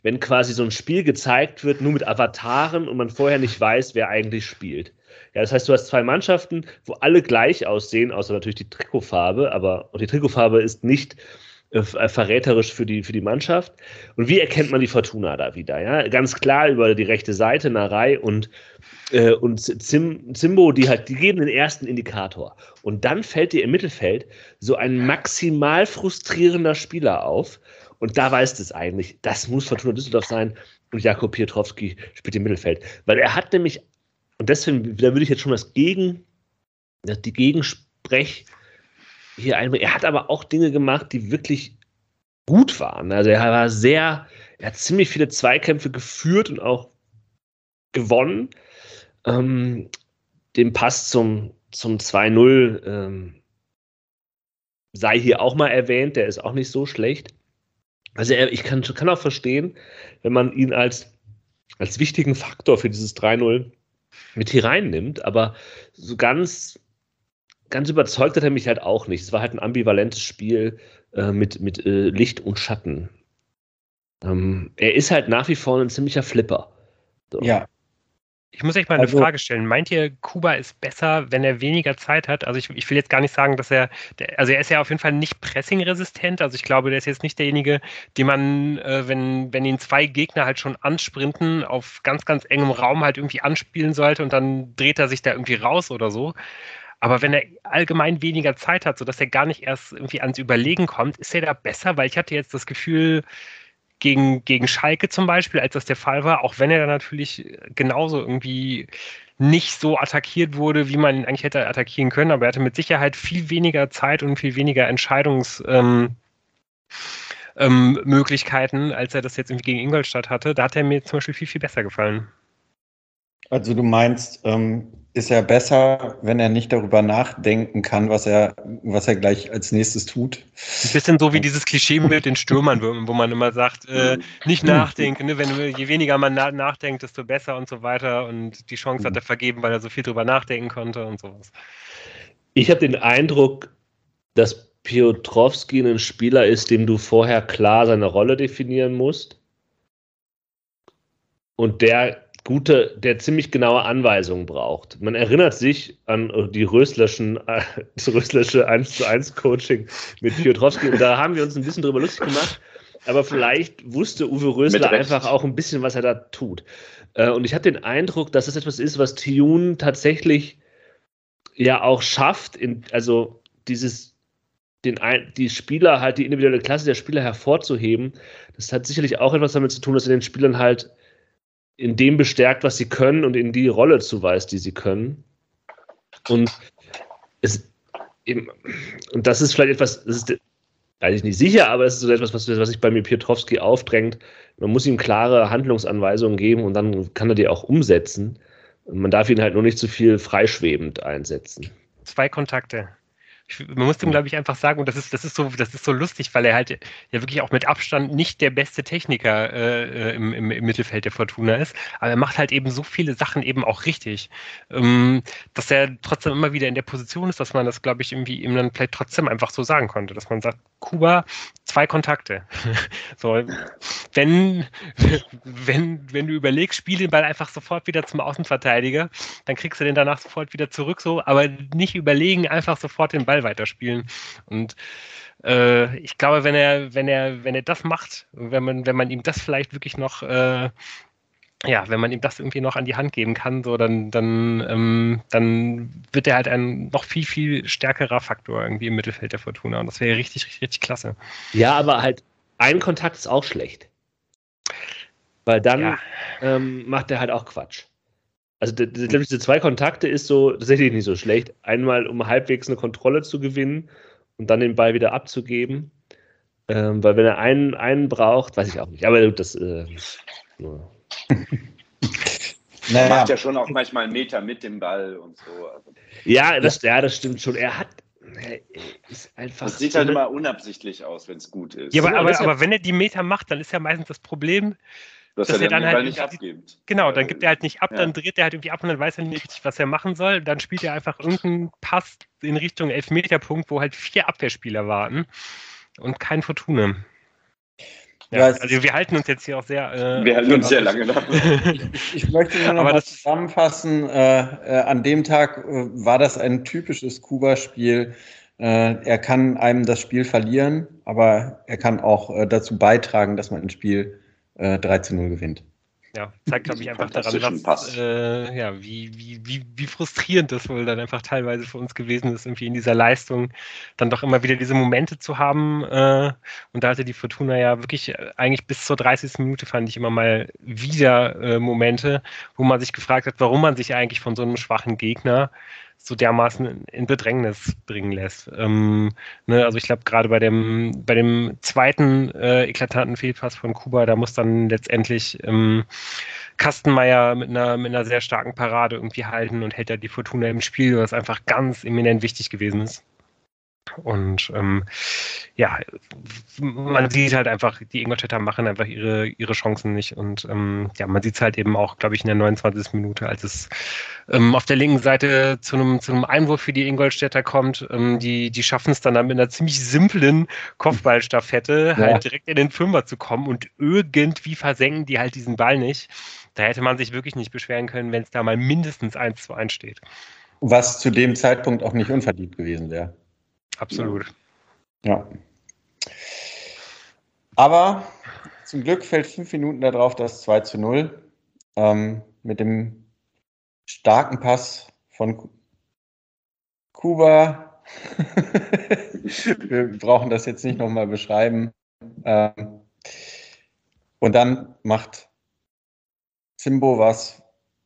Speaker 2: wenn quasi so ein Spiel gezeigt wird, nur mit Avataren und man vorher nicht weiß, wer eigentlich spielt. Ja, das heißt, du hast zwei Mannschaften, wo alle gleich aussehen, außer natürlich die Trikotfarbe, aber und die Trikotfarbe ist nicht äh, verräterisch für die, für die Mannschaft. Und wie erkennt man die Fortuna da wieder? Ja, ganz klar über die rechte Seite, Narei und, äh, und Zim, Zimbo, die halt, die geben den ersten Indikator. Und dann fällt dir im Mittelfeld so ein maximal frustrierender Spieler auf. Und da weißt es eigentlich, das muss Fortuna Düsseldorf sein. Und Jakub Piotrowski spielt im Mittelfeld. Weil er hat nämlich, und deswegen, da würde ich jetzt schon das Gegen, die Gegensprech hier einbringen. Er hat aber auch Dinge gemacht, die wirklich gut waren. Also er war sehr, er hat ziemlich viele Zweikämpfe geführt und auch gewonnen. Ähm, den Pass zum, zum zwei null ähm, sei hier auch mal erwähnt, der ist auch nicht so schlecht. Also er, ich kann, kann auch verstehen, wenn man ihn als, als wichtigen Faktor für dieses drei null mit hier reinnimmt, aber so ganz, ganz überzeugt hat er mich halt auch nicht. Es war halt ein ambivalentes Spiel äh, mit, mit äh, Licht und Schatten. Ähm, er ist halt nach wie vor ein ziemlicher Flipper. So.
Speaker 3: Ja.
Speaker 1: Ich muss euch mal eine
Speaker 3: Also-
Speaker 1: Frage stellen. Meint ihr, Kuba ist besser, wenn er weniger Zeit hat? Also ich, ich will jetzt gar nicht sagen, dass er, der, also er ist ja auf jeden Fall nicht pressingresistent. Also ich glaube, der ist jetzt nicht derjenige, den man, äh, wenn, wenn ihn zwei Gegner halt schon ansprinten, auf ganz, ganz engem Raum halt irgendwie anspielen sollte und dann dreht er sich da irgendwie raus oder so. Aber wenn er allgemein weniger Zeit hat, sodass er gar nicht erst irgendwie ans Überlegen kommt, ist er da besser? Weil ich hatte jetzt das Gefühl, Gegen, gegen Schalke zum Beispiel, als das der Fall war, auch wenn er dann natürlich genauso irgendwie nicht so attackiert wurde, wie man ihn eigentlich hätte attackieren können, aber er hatte mit Sicherheit viel weniger Zeit und viel weniger Entscheidungsmöglichkeiten, ähm, ähm, als er das jetzt irgendwie gegen Ingolstadt hatte. Da hat er mir zum Beispiel viel, viel besser gefallen.
Speaker 3: Also du meinst, ähm, ist er besser, wenn er nicht darüber nachdenken kann, was er, was er gleich als nächstes tut?
Speaker 1: Ein bisschen so wie dieses Klischee mit den Stürmern, wo, wo man immer sagt, äh, nicht nachdenken, ne? Wenn, je weniger man na nachdenkt, desto besser und so weiter. Und die Chance hat er vergeben, weil er so viel drüber nachdenken konnte und sowas.
Speaker 2: Ich habe den Eindruck, dass Piotrowski ein Spieler ist, dem du vorher klar seine Rolle definieren musst. Und der gute, der ziemlich genaue Anweisungen braucht. Man erinnert sich an die Röslerschen, äh, das Röslersche eins zu eins Coaching mit Piotrowski und da haben wir uns ein bisschen drüber lustig gemacht, aber vielleicht wusste Uwe Rösler einfach auch ein bisschen, was er da tut. Äh, und ich hatte den Eindruck, dass das etwas ist, was Thioune tatsächlich ja auch schafft, in, also dieses Den, die Spieler halt, die individuelle Klasse der Spieler hervorzuheben. Das hat sicherlich auch etwas damit zu tun, dass er den Spielern halt in dem bestärkt, was sie können und in die Rolle zuweist, die sie können. Und es eben, und das ist vielleicht etwas, das ist eigentlich nicht sicher, aber es ist so etwas, was, was sich bei mir Piotrowski aufdrängt. Man muss ihm klare Handlungsanweisungen geben und dann kann er die auch umsetzen. Man darf ihn halt nur nicht zu viel freischwebend einsetzen.
Speaker 1: Zwei Kontakte. Man muss ihm, glaube ich, einfach sagen, und das ist, das ist so, das ist so lustig, weil er halt ja wirklich auch mit Abstand nicht der beste Techniker äh, im, im, im Mittelfeld der Fortuna ist, aber er macht halt eben so viele Sachen eben auch richtig, ähm, dass er trotzdem immer wieder in der Position ist, dass man das, glaube ich, irgendwie ihm dann vielleicht trotzdem einfach so sagen konnte, dass man sagt, Kuba, zwei Kontakte. So, wenn, wenn, wenn du überlegst, spiel den Ball einfach sofort wieder zum Außenverteidiger, dann kriegst du den danach sofort wieder zurück, so, aber nicht überlegen, einfach sofort den Ball weiterspielen. Und äh, ich glaube, wenn er, wenn er, wenn er das macht, wenn man, wenn man ihm das vielleicht wirklich noch, äh, ja, wenn man ihm das irgendwie noch an die Hand geben kann, so dann, dann, ähm, dann wird er halt ein noch viel, viel stärkerer Faktor irgendwie im Mittelfeld der Fortuna. Und das wäre richtig, richtig, richtig klasse.
Speaker 2: Ja, aber halt ein Kontakt ist auch schlecht. Weil dann
Speaker 1: Ja.
Speaker 2: ähm, macht er halt auch Quatsch. Also d- d- diese zwei Kontakte ist so tatsächlich nicht so schlecht. Einmal, um halbwegs eine Kontrolle zu gewinnen und dann den Ball wieder abzugeben. Ähm, weil wenn er einen, einen braucht, weiß ich auch nicht. Aber das äh, nur.
Speaker 4: Er macht ja schon auch manchmal einen Meter mit dem Ball und so. Also
Speaker 2: Ja, das, ja, das stimmt schon. Er hat er ist einfach.
Speaker 4: das sieht halt immer unabsichtlich aus, wenn es gut ist.
Speaker 1: Ja, aber,
Speaker 2: Genau,
Speaker 1: aber,
Speaker 2: deshalb-
Speaker 1: aber wenn er die Meter macht, dann ist ja meistens das Problem,
Speaker 4: dass,
Speaker 1: dass
Speaker 4: er
Speaker 1: er
Speaker 4: dann
Speaker 1: dann
Speaker 4: den
Speaker 1: halt
Speaker 4: Ball nicht
Speaker 1: irgendwie-
Speaker 4: abgibt.
Speaker 1: genau, dann gibt er halt nicht ab,
Speaker 4: Ja.
Speaker 1: dann dreht er halt irgendwie ab und dann weiß er nicht richtig, was er machen soll. Dann spielt er einfach irgendeinen Pass in Richtung Elfmeterpunkt, wo halt vier Abwehrspieler warten und kein Fortuna. Ja,
Speaker 3: Ja,
Speaker 1: also wir halten uns jetzt hier auch sehr... Äh,
Speaker 4: Wir halten uns sehr lange nach.
Speaker 3: Ich, ich möchte nur noch
Speaker 1: Aber
Speaker 3: mal
Speaker 1: das-
Speaker 3: zusammenfassen. Äh, äh, an dem Tag äh, war das ein typisches Kuba-Spiel. Äh, er kann einem das Spiel verlieren, aber er kann auch äh, dazu beitragen, dass man ein Spiel äh, drei zu null gewinnt.
Speaker 1: Ja, zeigt, glaube ich, einfach daran,
Speaker 4: Fantastischen
Speaker 1: was,
Speaker 4: Pass.
Speaker 1: äh, ja, wie, wie, wie, wie frustrierend das wohl dann einfach teilweise für uns gewesen ist, irgendwie in dieser Leistung dann doch immer wieder diese Momente zu haben. Äh, und da hatte die Fortuna ja wirklich äh, eigentlich bis zur dreißigsten Minute, fand ich immer mal wieder äh, Momente, wo man sich gefragt hat, warum man sich eigentlich von so einem schwachen Gegner so dermaßen in, in Bedrängnis bringen lässt. Ähm, ne, also ich glaube, gerade bei dem, bei dem zweiten äh, eklatanten Fehlpass von Kuba, da muss dann letztendlich ähm, Kastenmeier mit einer, mit einer sehr starken Parade irgendwie halten und hält da die Fortuna im Spiel, was einfach ganz eminent wichtig gewesen ist. Und ähm, ja, man sieht halt einfach, die Ingolstädter machen einfach ihre, ihre Chancen nicht. Und ähm, ja, man sieht es halt eben auch, glaube ich, in der neunundzwanzigsten Minute, als es ähm, auf der linken Seite zu einem, zu einem Einwurf für die Ingolstädter kommt. Ähm, die, die schaffen es dann, dann mit einer ziemlich simplen Kopfballstaffette
Speaker 3: Ja.
Speaker 1: halt direkt in den Fünfer zu kommen und irgendwie versenken die halt diesen Ball nicht. Da hätte man sich wirklich nicht beschweren können, wenn es da mal mindestens eins zu eins steht.
Speaker 3: Was zu dem Zeitpunkt auch nicht unverdient gewesen wäre.
Speaker 1: Absolut.
Speaker 3: Ja. Aber zum Glück fällt fünf Minuten darauf das zwei zu null. Ähm, mit dem starken Pass von Ku- Kuba. Wir brauchen das jetzt nicht nochmal beschreiben. Ähm, und dann macht Zimbo was,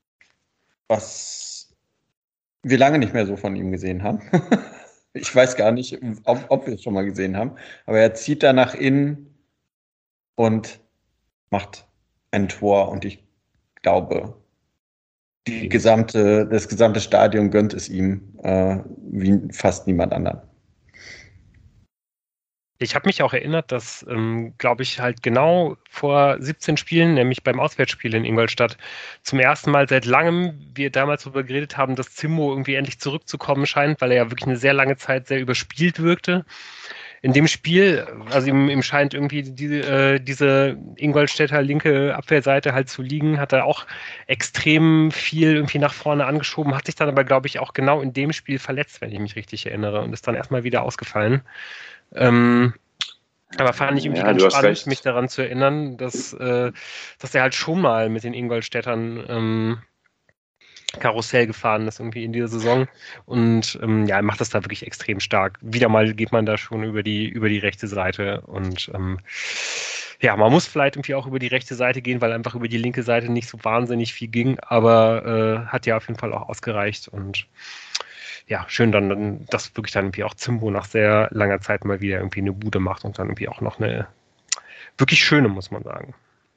Speaker 3: was wir lange nicht mehr so von ihm gesehen haben. Ich weiß gar nicht, ob, ob wir es schon mal gesehen haben, aber er zieht da nach innen und macht ein Tor und ich glaube, die gesamte, das gesamte Stadion gönnt es ihm äh, wie fast niemand anderen.
Speaker 1: Ich habe mich auch erinnert, dass, ähm, glaube ich, halt genau vor siebzehn Spielen, nämlich beim Auswärtsspiel in Ingolstadt, zum ersten Mal seit langem wir damals darüber geredet haben, dass Zimbo irgendwie endlich zurückzukommen scheint, weil er ja wirklich eine sehr lange Zeit sehr überspielt wirkte. In dem Spiel, also ihm, ihm scheint irgendwie die, äh, diese Ingolstädter linke Abwehrseite halt zu liegen, hat er auch extrem viel irgendwie nach vorne angeschoben, hat sich dann aber, glaube ich, auch genau in dem Spiel verletzt, wenn ich mich richtig erinnere, und ist dann erstmal wieder ausgefallen. Ähm, aber fand ich irgendwie
Speaker 4: Ja,
Speaker 1: ganz
Speaker 4: du hast
Speaker 1: spannend,
Speaker 4: recht.
Speaker 1: mich daran zu erinnern, dass, äh, dass er halt schon mal mit den Ingolstädtern ähm, Karussell gefahren ist irgendwie in dieser Saison. Und ähm, ja, er macht das da wirklich extrem stark. Wieder mal geht man da schon über die, über die rechte Seite. Und ähm, ja, man muss vielleicht irgendwie auch über die rechte Seite gehen, weil einfach über die linke Seite nicht so wahnsinnig viel ging. Aber äh, hat ja auf jeden Fall auch ausgereicht. Und ja, schön dann, dann, dass wirklich dann irgendwie auch Zimbo nach sehr langer Zeit mal wieder irgendwie eine Bude macht und dann irgendwie auch noch eine wirklich schöne, muss man sagen.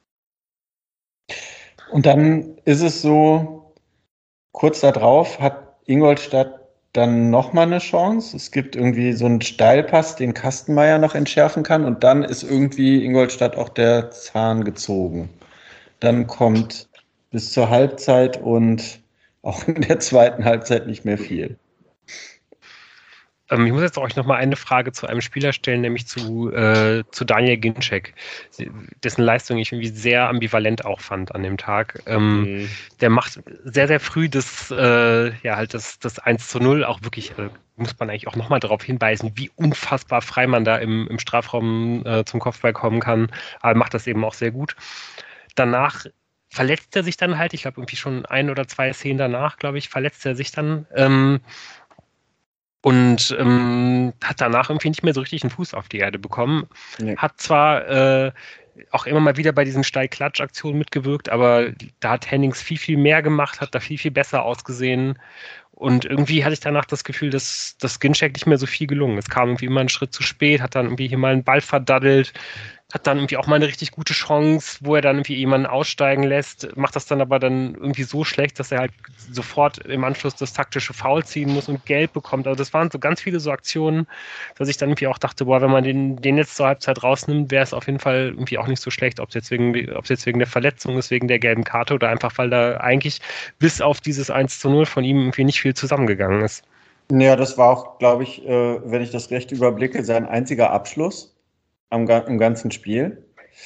Speaker 3: Und dann ist es so, kurz darauf hat Ingolstadt dann nochmal eine Chance. Es gibt irgendwie so einen Steilpass, den Kastenmeier noch entschärfen kann und dann ist irgendwie Ingolstadt auch der Zahn gezogen. Dann kommt bis zur Halbzeit und auch in der zweiten Halbzeit nicht mehr viel.
Speaker 1: Ähm, ich muss jetzt euch noch mal eine Frage zu einem Spieler stellen, nämlich zu, äh, zu Daniel Ginczek, dessen Leistung ich irgendwie sehr ambivalent auch fand an dem Tag. Ähm, mhm. Der macht sehr, sehr früh das, äh, ja, halt das, das eins zu null auch wirklich, äh, muss man eigentlich auch noch mal darauf hinweisen, wie unfassbar frei man da im, im Strafraum äh, zum Kopfball kommen kann, aber macht das eben auch sehr gut. Danach verletzt er sich dann halt, ich glaube irgendwie schon ein oder zwei Szenen danach, glaube ich, verletzt er sich dann, ähm, und ähm, hat danach irgendwie nicht mehr so richtig einen Fuß auf die Erde bekommen. Nee. Hat zwar äh, auch immer mal wieder bei diesen Steil-Klatsch-Aktionen mitgewirkt, aber da hat Hennings viel, viel mehr gemacht, hat da viel, viel besser ausgesehen. Und irgendwie hatte ich danach das Gefühl, dass das Ginczek nicht mehr so viel gelungen. Es kam irgendwie immer einen Schritt zu spät, hat dann irgendwie hier mal einen Ball verdaddelt, hat dann irgendwie auch mal eine richtig gute Chance, wo er dann irgendwie jemanden aussteigen lässt, macht das dann aber dann irgendwie so schlecht, dass er halt sofort im Anschluss das taktische Foul ziehen muss und Gelb bekommt. Also das waren so ganz viele so Aktionen, dass ich dann irgendwie auch dachte, boah, wenn man den, den jetzt zur Halbzeit rausnimmt, wäre es auf jeden Fall irgendwie auch nicht so schlecht, ob es jetzt wegen, ob es jetzt wegen der Verletzung ist, wegen der gelben Karte oder einfach, weil da eigentlich bis auf dieses eins zu null von ihm irgendwie nicht viel zusammengegangen ist.
Speaker 3: Ja, das war auch, glaube ich, äh, wenn ich das recht überblicke, sein einziger Abschluss am, im ganzen Spiel.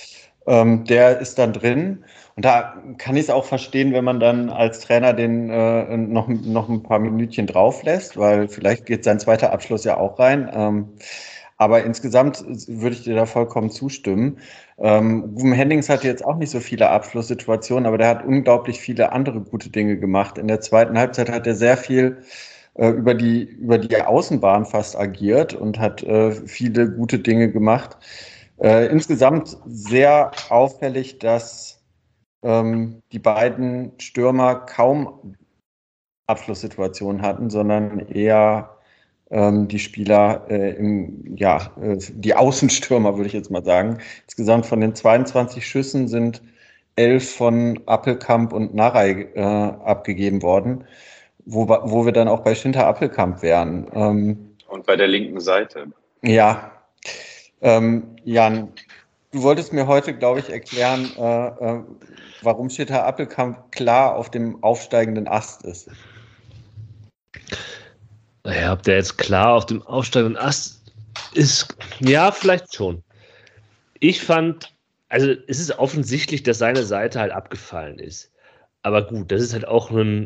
Speaker 3: Ähm, der ist dann drin. Und da kann ich es auch verstehen, wenn man dann als Trainer den äh, noch, noch ein paar Minütchen drauf lässt, weil vielleicht geht sein zweiter Abschluss ja auch rein. Ähm, aber insgesamt würde ich dir da vollkommen zustimmen. Ähm, Ruben Hennings hatte jetzt auch nicht so viele Abschlusssituationen, aber der hat unglaublich viele andere gute Dinge gemacht. In der zweiten Halbzeit hat er sehr viel äh, über die, über die Außenbahn fast agiert und hat äh, viele gute Dinge gemacht. Äh, insgesamt sehr auffällig, dass ähm, die beiden Stürmer kaum Abschlusssituationen hatten, sondern eher ähm, die Spieler, äh, im, ja, äh, die Außenstürmer, würde ich jetzt mal sagen. Insgesamt von den zweiundzwanzig Schüssen sind elf von Appelkamp und Narei äh, abgegeben worden, wo, wo wir dann auch bei Schinter Appelkamp wären. Ähm,
Speaker 4: und bei der linken Seite.
Speaker 3: Ja, ähm, Jan, du wolltest mir heute, glaube ich, erklären, äh, äh, warum Schinter Appelkamp klar auf dem aufsteigenden Ast ist.
Speaker 2: Naja, ob der jetzt klar auf dem aufsteigenden Ast ist, ja, vielleicht schon. Ich fand, also es ist offensichtlich, dass seine Seite halt abgefallen ist. Aber gut, das ist halt auch ein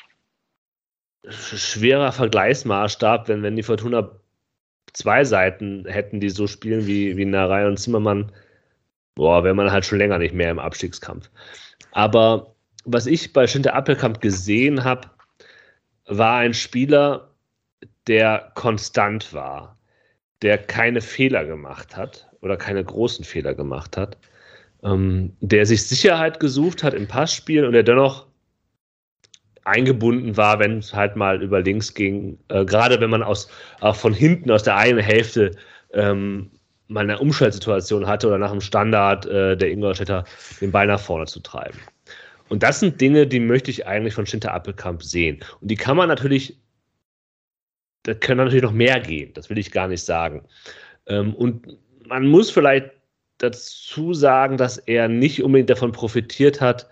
Speaker 2: schwerer Vergleichsmaßstab, wenn, wenn die Fortuna zwei Seiten hätten, die so spielen wie, wie Narei und Zimmermann, boah, wäre man halt schon länger nicht mehr im Abstiegskampf. Aber was ich bei Schinter Appelkamp gesehen habe, war ein Spieler, der konstant war, der keine Fehler gemacht hat oder keine großen Fehler gemacht hat, ähm, der sich Sicherheit gesucht hat im Passspiel und der dennoch eingebunden war, wenn es halt mal über links ging, äh, gerade wenn man aus, auch von hinten aus der einen Hälfte ähm, mal eine Umschaltsituation hatte oder nach dem Standard äh, der Ingolstädter den Ball nach vorne zu treiben. Und das sind Dinge, die möchte ich eigentlich von Schinter Appelkamp sehen. Und die kann man natürlich, da können natürlich noch mehr gehen, das will ich gar nicht sagen. Ähm, und man muss vielleicht dazu sagen, dass er nicht unbedingt davon profitiert hat,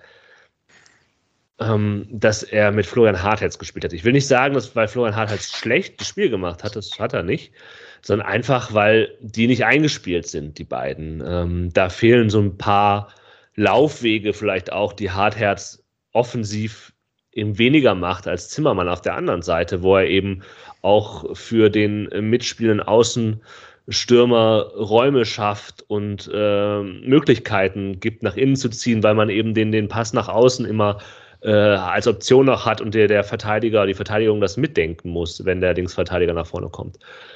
Speaker 2: ähm, dass er mit Florian Hartherz gespielt hat. Ich will nicht sagen, dass weil Florian Hartherz schlecht das Spiel gemacht hat, das hat er nicht, sondern einfach, weil die nicht eingespielt sind, die beiden. Ähm, da fehlen so ein paar Laufwege vielleicht auch, die Hartherz offensiv eben weniger macht als Zimmermann auf der anderen Seite, wo er eben auch für den mitspielenden Außenstürmer Räume schafft und äh, Möglichkeiten gibt, nach innen zu ziehen, weil man eben den, den Pass nach außen immer äh, als Option noch hat und der, der Verteidiger, die Verteidigung das mitdenken muss, wenn der Linksverteidiger nach vorne kommt.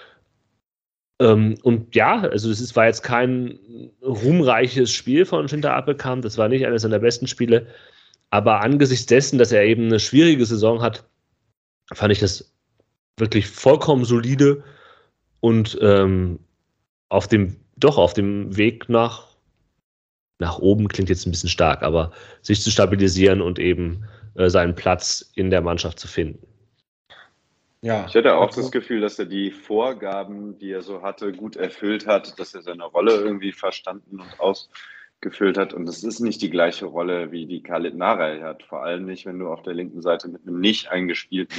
Speaker 2: Ähm, und ja, also es ist, war jetzt kein ruhmreiches Spiel von Schinter Appelkamp, das war nicht eines seiner besten Spiele, aber angesichts dessen, dass er eben eine schwierige Saison hat, fand ich das wirklich vollkommen solide und ähm, auf dem, doch auf dem Weg nach, nach oben klingt jetzt ein bisschen stark, aber sich zu stabilisieren und eben äh, seinen Platz in der Mannschaft zu finden.
Speaker 4: Ja, ich hatte auch also das Gefühl, dass er die Vorgaben, die er so hatte, gut erfüllt hat, dass er seine Rolle irgendwie verstanden und ausgefüllt hat. Und es ist nicht die gleiche Rolle, wie die Khalid Narei hat. Vor allem nicht, wenn du auf der linken Seite mit einem nicht eingespielten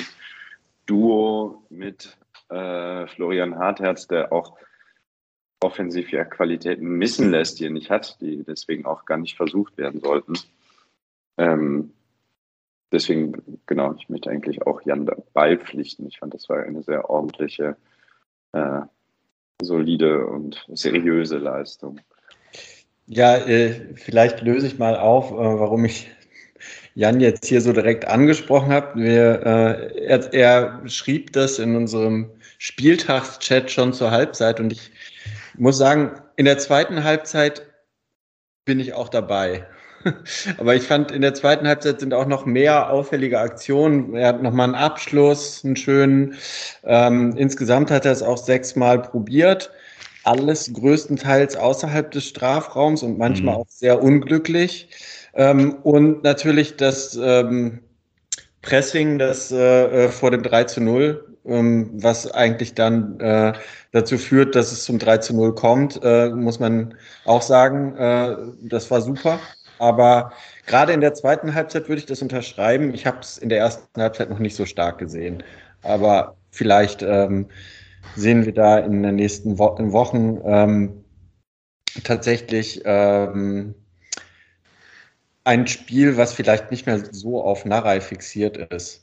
Speaker 4: Duo mit äh, Florian Hartherz, der auch offensiv ja Qualitäten missen lässt, die er nicht hat, die deswegen auch gar nicht versucht werden sollten. Ähm, Deswegen, genau, ich möchte eigentlich auch Jan beipflichten. Ich fand, das war eine sehr ordentliche, äh, solide und seriöse Leistung.
Speaker 3: Ja, äh, vielleicht löse ich mal auf, äh, warum ich Jan jetzt hier so direkt angesprochen habe. Wir, äh, er, er schrieb das in unserem Spieltagschat schon zur Halbzeit und ich muss sagen, in der zweiten Halbzeit bin ich auch dabei. Aber ich fand, in der zweiten Halbzeit sind auch noch mehr auffällige Aktionen. Er hat nochmal einen Abschluss, einen schönen. Ähm, insgesamt hat er es auch sechsmal probiert. Alles größtenteils außerhalb des Strafraums und manchmal mhm. auch sehr unglücklich. Ähm, und natürlich das ähm, Pressing, das äh, vor dem drei zu null, ähm, was eigentlich dann äh, dazu führt, dass es zum drei zu null kommt, äh, muss man auch sagen, äh, das war super. Aber gerade in der zweiten Halbzeit würde ich das unterschreiben. Ich habe es in der ersten Halbzeit noch nicht so stark gesehen. Aber vielleicht ähm, sehen wir da in den nächsten Wo- in Wochen ähm, tatsächlich ähm, ein Spiel, was vielleicht nicht mehr so auf Narei fixiert ist.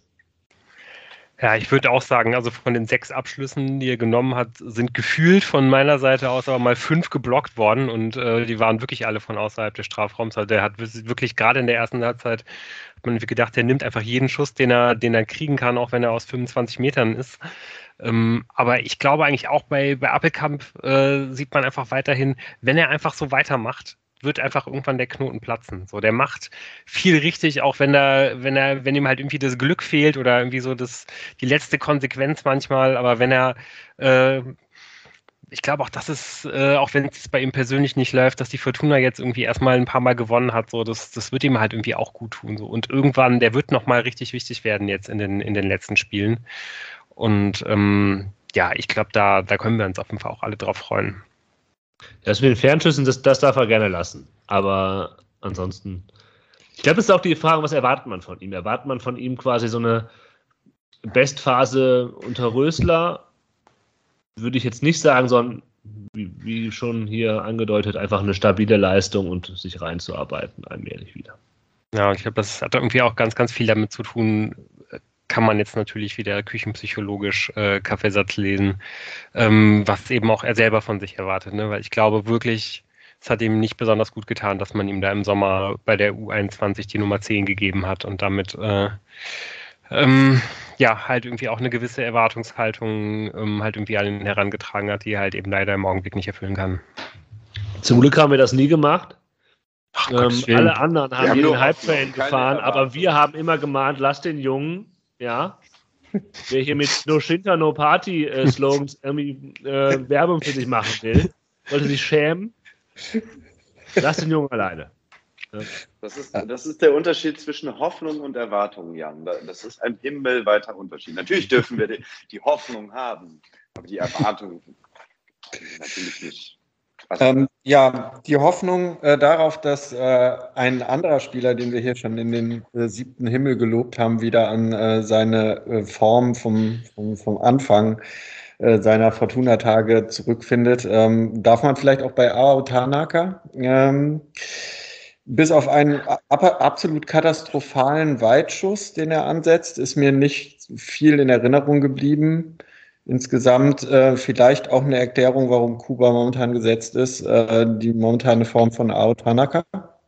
Speaker 1: Ja, ich würde auch sagen, also von den sechs Abschlüssen, die er genommen hat, sind gefühlt von meiner Seite aus aber mal fünf geblockt worden und äh, die waren wirklich alle von außerhalb des Strafraums. Also der hat wirklich gerade in der ersten Halbzeit, hat man gedacht, der nimmt einfach jeden Schuss, den er, den er kriegen kann, auch wenn er aus fünfundzwanzig Metern ist. Ähm, aber ich glaube eigentlich auch bei, bei Appelkamp äh, sieht man einfach weiterhin, wenn er einfach so weitermacht, wird einfach irgendwann der Knoten platzen. So, der macht viel richtig, auch wenn er, wenn er, wenn ihm halt irgendwie das Glück fehlt oder irgendwie so das, die letzte Konsequenz manchmal, aber wenn er, äh, ich glaube auch, dass es, äh, auch wenn es bei ihm persönlich nicht läuft, dass die Fortuna jetzt irgendwie erstmal ein paar Mal gewonnen hat, so, das, das wird ihm halt irgendwie auch gut tun. So. Und irgendwann, der wird nochmal richtig wichtig werden jetzt in den, in den letzten Spielen. Und ähm, ja, ich glaube, da, da können wir uns auf jeden Fall auch alle drauf freuen.
Speaker 2: Das mit den Fernschüssen, das, das darf er gerne lassen. Aber ansonsten, ich glaube, es ist auch die Frage, was erwartet man von ihm? Erwartet man von ihm quasi so eine Bestphase unter Rösler? Würde ich jetzt nicht sagen, sondern wie, wie schon hier angedeutet, einfach eine stabile Leistung und sich reinzuarbeiten, allmählich wieder.
Speaker 1: Ja, ich glaube, das hat irgendwie auch ganz, ganz viel damit zu tun, kann man jetzt natürlich wieder küchenpsychologisch äh, Kaffeesatz lesen, ähm, was eben auch er selber von sich erwartet, ne? Weil ich glaube wirklich, es hat ihm nicht besonders gut getan, dass man ihm da im Sommer bei der U einundzwanzig die Nummer zehn gegeben hat und damit äh, ähm, ja, halt irgendwie auch eine gewisse Erwartungshaltung ähm, halt irgendwie an ihn herangetragen hat, die er halt eben leider im Augenblick nicht erfüllen kann.
Speaker 2: Zum Glück haben wir das nie gemacht.
Speaker 1: Ach,
Speaker 2: ähm, alle anderen haben, haben hier den
Speaker 4: Hype-Train
Speaker 2: gefahren, aber wir haben immer gemahnt, lass den Jungen, ja, wer hier mit No Shinta, No Party äh, Slogans irgendwie äh, Werbung für sich machen will, sollte sich schämen. Lass den Jungen alleine.
Speaker 4: Ja. Das ist, das ist der Unterschied zwischen Hoffnung und Erwartung, Jan. Das ist ein himmelweiter Unterschied. Natürlich dürfen wir die, die Hoffnung haben, aber die Erwartung natürlich nicht.
Speaker 3: Ähm, ja, die Hoffnung äh, darauf, dass äh, ein anderer Spieler, den wir hier schon in den äh, siebten Himmel gelobt haben, wieder an äh, seine äh, Form vom, vom, vom Anfang äh, seiner Fortuna-Tage zurückfindet, ähm, darf man vielleicht auch bei Ao Tanaka ähm, bis auf einen ab, absolut katastrophalen Weitschuss, den er ansetzt, ist mir nicht viel in Erinnerung geblieben. Insgesamt äh, vielleicht auch eine Erklärung, warum Kuba momentan gesetzt ist, äh, die momentane Form von Ao Tanaka.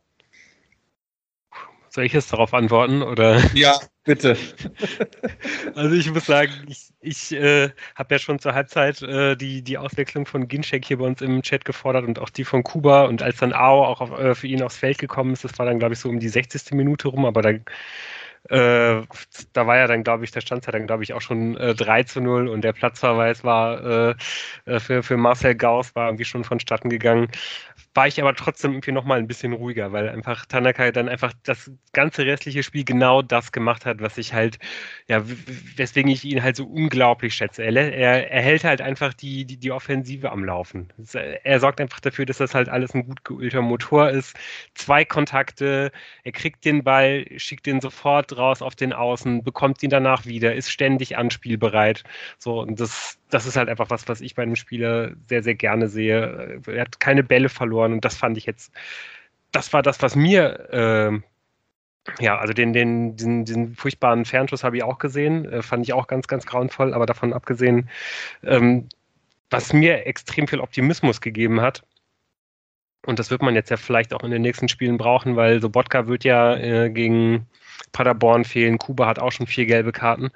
Speaker 1: Soll ich jetzt darauf antworten? Oder?
Speaker 3: Ja, bitte.
Speaker 1: Also ich muss sagen, ich, ich äh, habe ja schon zur Halbzeit äh, die, die Auswechslung von Ginczek hier bei uns im Chat gefordert und auch die von Kuba. Und als dann Ao auch auf, äh, für ihn aufs Feld gekommen ist, das war dann, glaube ich, so um die sechzigste Minute rum, aber da Äh, da war ja dann, glaube ich, der stand ja dann, glaube ich, auch schon äh, drei zu null und der Platzverweis war äh, für, für Marcel Gauss war irgendwie schon vonstatten gegangen. War ich aber trotzdem irgendwie nochmal ein bisschen ruhiger, weil einfach Tanaka dann einfach das ganze restliche Spiel genau das gemacht hat, was ich halt, ja, weswegen ich ihn halt so unglaublich schätze. Er, er, er hält halt einfach die, die, die Offensive am Laufen. Er sorgt einfach dafür, dass das halt alles ein gut geölter Motor ist. Zwei Kontakte, er kriegt den Ball, schickt den sofort raus auf den Außen, bekommt ihn danach wieder, ist ständig anspielbereit. So, und das, das ist halt einfach was, was ich bei einem Spieler sehr, sehr gerne sehe. Er hat keine Bälle verloren und das fand ich jetzt, das war das, was mir, äh, ja, also den, den, diesen, diesen furchtbaren Fernschuss habe ich auch gesehen, äh, fand ich auch ganz, ganz grauenvoll, aber davon abgesehen, ähm, was mir extrem viel Optimismus gegeben hat, und das wird man jetzt ja vielleicht auch in den nächsten Spielen brauchen, weil Sobotka wird ja äh, gegen Paderborn fehlen. Kuba hat auch schon vier gelbe Karten.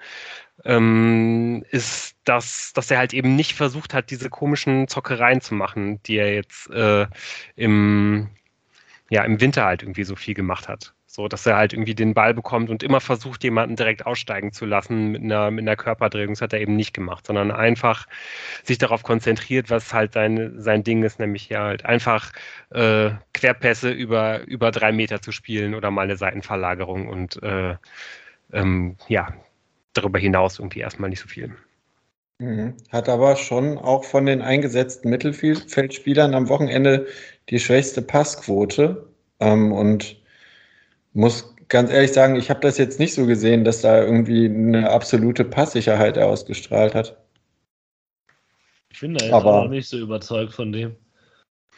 Speaker 1: Ähm, ist, dass, dass er halt eben nicht versucht hat, diese komischen Zockereien zu machen, die er jetzt äh, im, ja, im Winter halt irgendwie so viel gemacht hat. So, dass er halt irgendwie den Ball bekommt und immer versucht, jemanden direkt aussteigen zu lassen mit einer, mit einer Körperdrehung. Das hat er eben nicht gemacht, sondern einfach sich darauf konzentriert, was halt sein, sein Ding ist, nämlich ja halt einfach äh, Querpässe über, über drei Meter zu spielen oder mal eine Seitenverlagerung und äh, ähm, ja, darüber hinaus irgendwie erstmal nicht so viel.
Speaker 3: Hat aber schon auch von den eingesetzten Mittelfeldspielern am Wochenende die schwächste Passquote ähm, und muss ganz ehrlich sagen, ich habe das jetzt nicht so gesehen, dass da irgendwie eine absolute Passsicherheit ausgestrahlt hat.
Speaker 2: Ich bin da jetzt
Speaker 3: aber
Speaker 2: auch noch nicht so überzeugt von dem.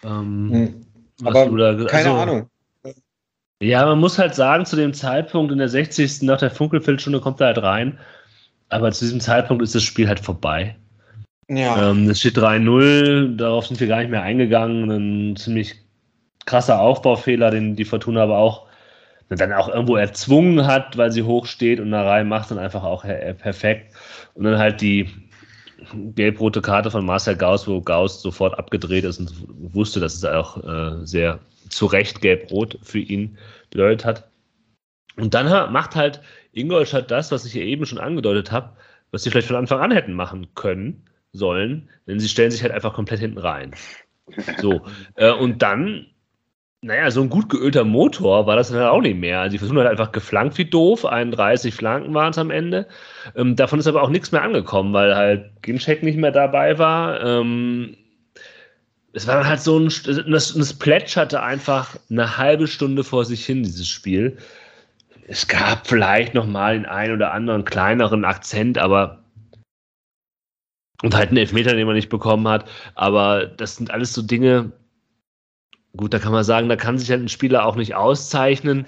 Speaker 2: Ähm,
Speaker 3: hm. Aber
Speaker 2: da,
Speaker 3: keine
Speaker 2: also,
Speaker 3: Ahnung.
Speaker 2: Ja, man muss halt sagen, zu dem Zeitpunkt in der sechzigsten nach der Funkelfeldstunde kommt er halt rein. Aber zu diesem Zeitpunkt ist das Spiel halt vorbei.
Speaker 3: Ja.
Speaker 2: Ähm, es steht drei null, darauf sind wir gar nicht mehr eingegangen. Ein ziemlich krasser Aufbaufehler, den die Fortuna aber auch dann auch irgendwo erzwungen hat, weil sie hoch steht, und Narei macht dann einfach auch perfekt. Und dann halt die gelb-rote Karte von Marcel Gauss, wo Gauss sofort abgedreht ist und wusste, dass es auch äh, sehr zu Recht gelb-rot für ihn bedeutet hat. Und dann macht halt Ingolstadt das, was ich hier eben schon angedeutet habe, was sie vielleicht von Anfang an hätten machen können, sollen, denn sie stellen sich halt einfach komplett hinten rein. So, äh, und dann, naja, so ein gut geölter Motor war das dann halt auch nicht mehr. Also die Fortuna hat einfach geflankt wie doof, einunddreißig Flanken waren es am Ende. Ähm, davon ist aber auch nichts mehr angekommen, weil halt Ginczek nicht mehr dabei war. Ähm, es war dann halt so ein, das, das plätscherte einfach eine halbe Stunde vor sich hin, dieses Spiel. Es gab vielleicht noch mal den einen oder anderen kleineren Akzent, aber und halt einen Elfmeter, den man nicht bekommen hat. Aber das sind alles so Dinge, gut, da kann man sagen, da kann sich halt ein Spieler auch nicht auszeichnen.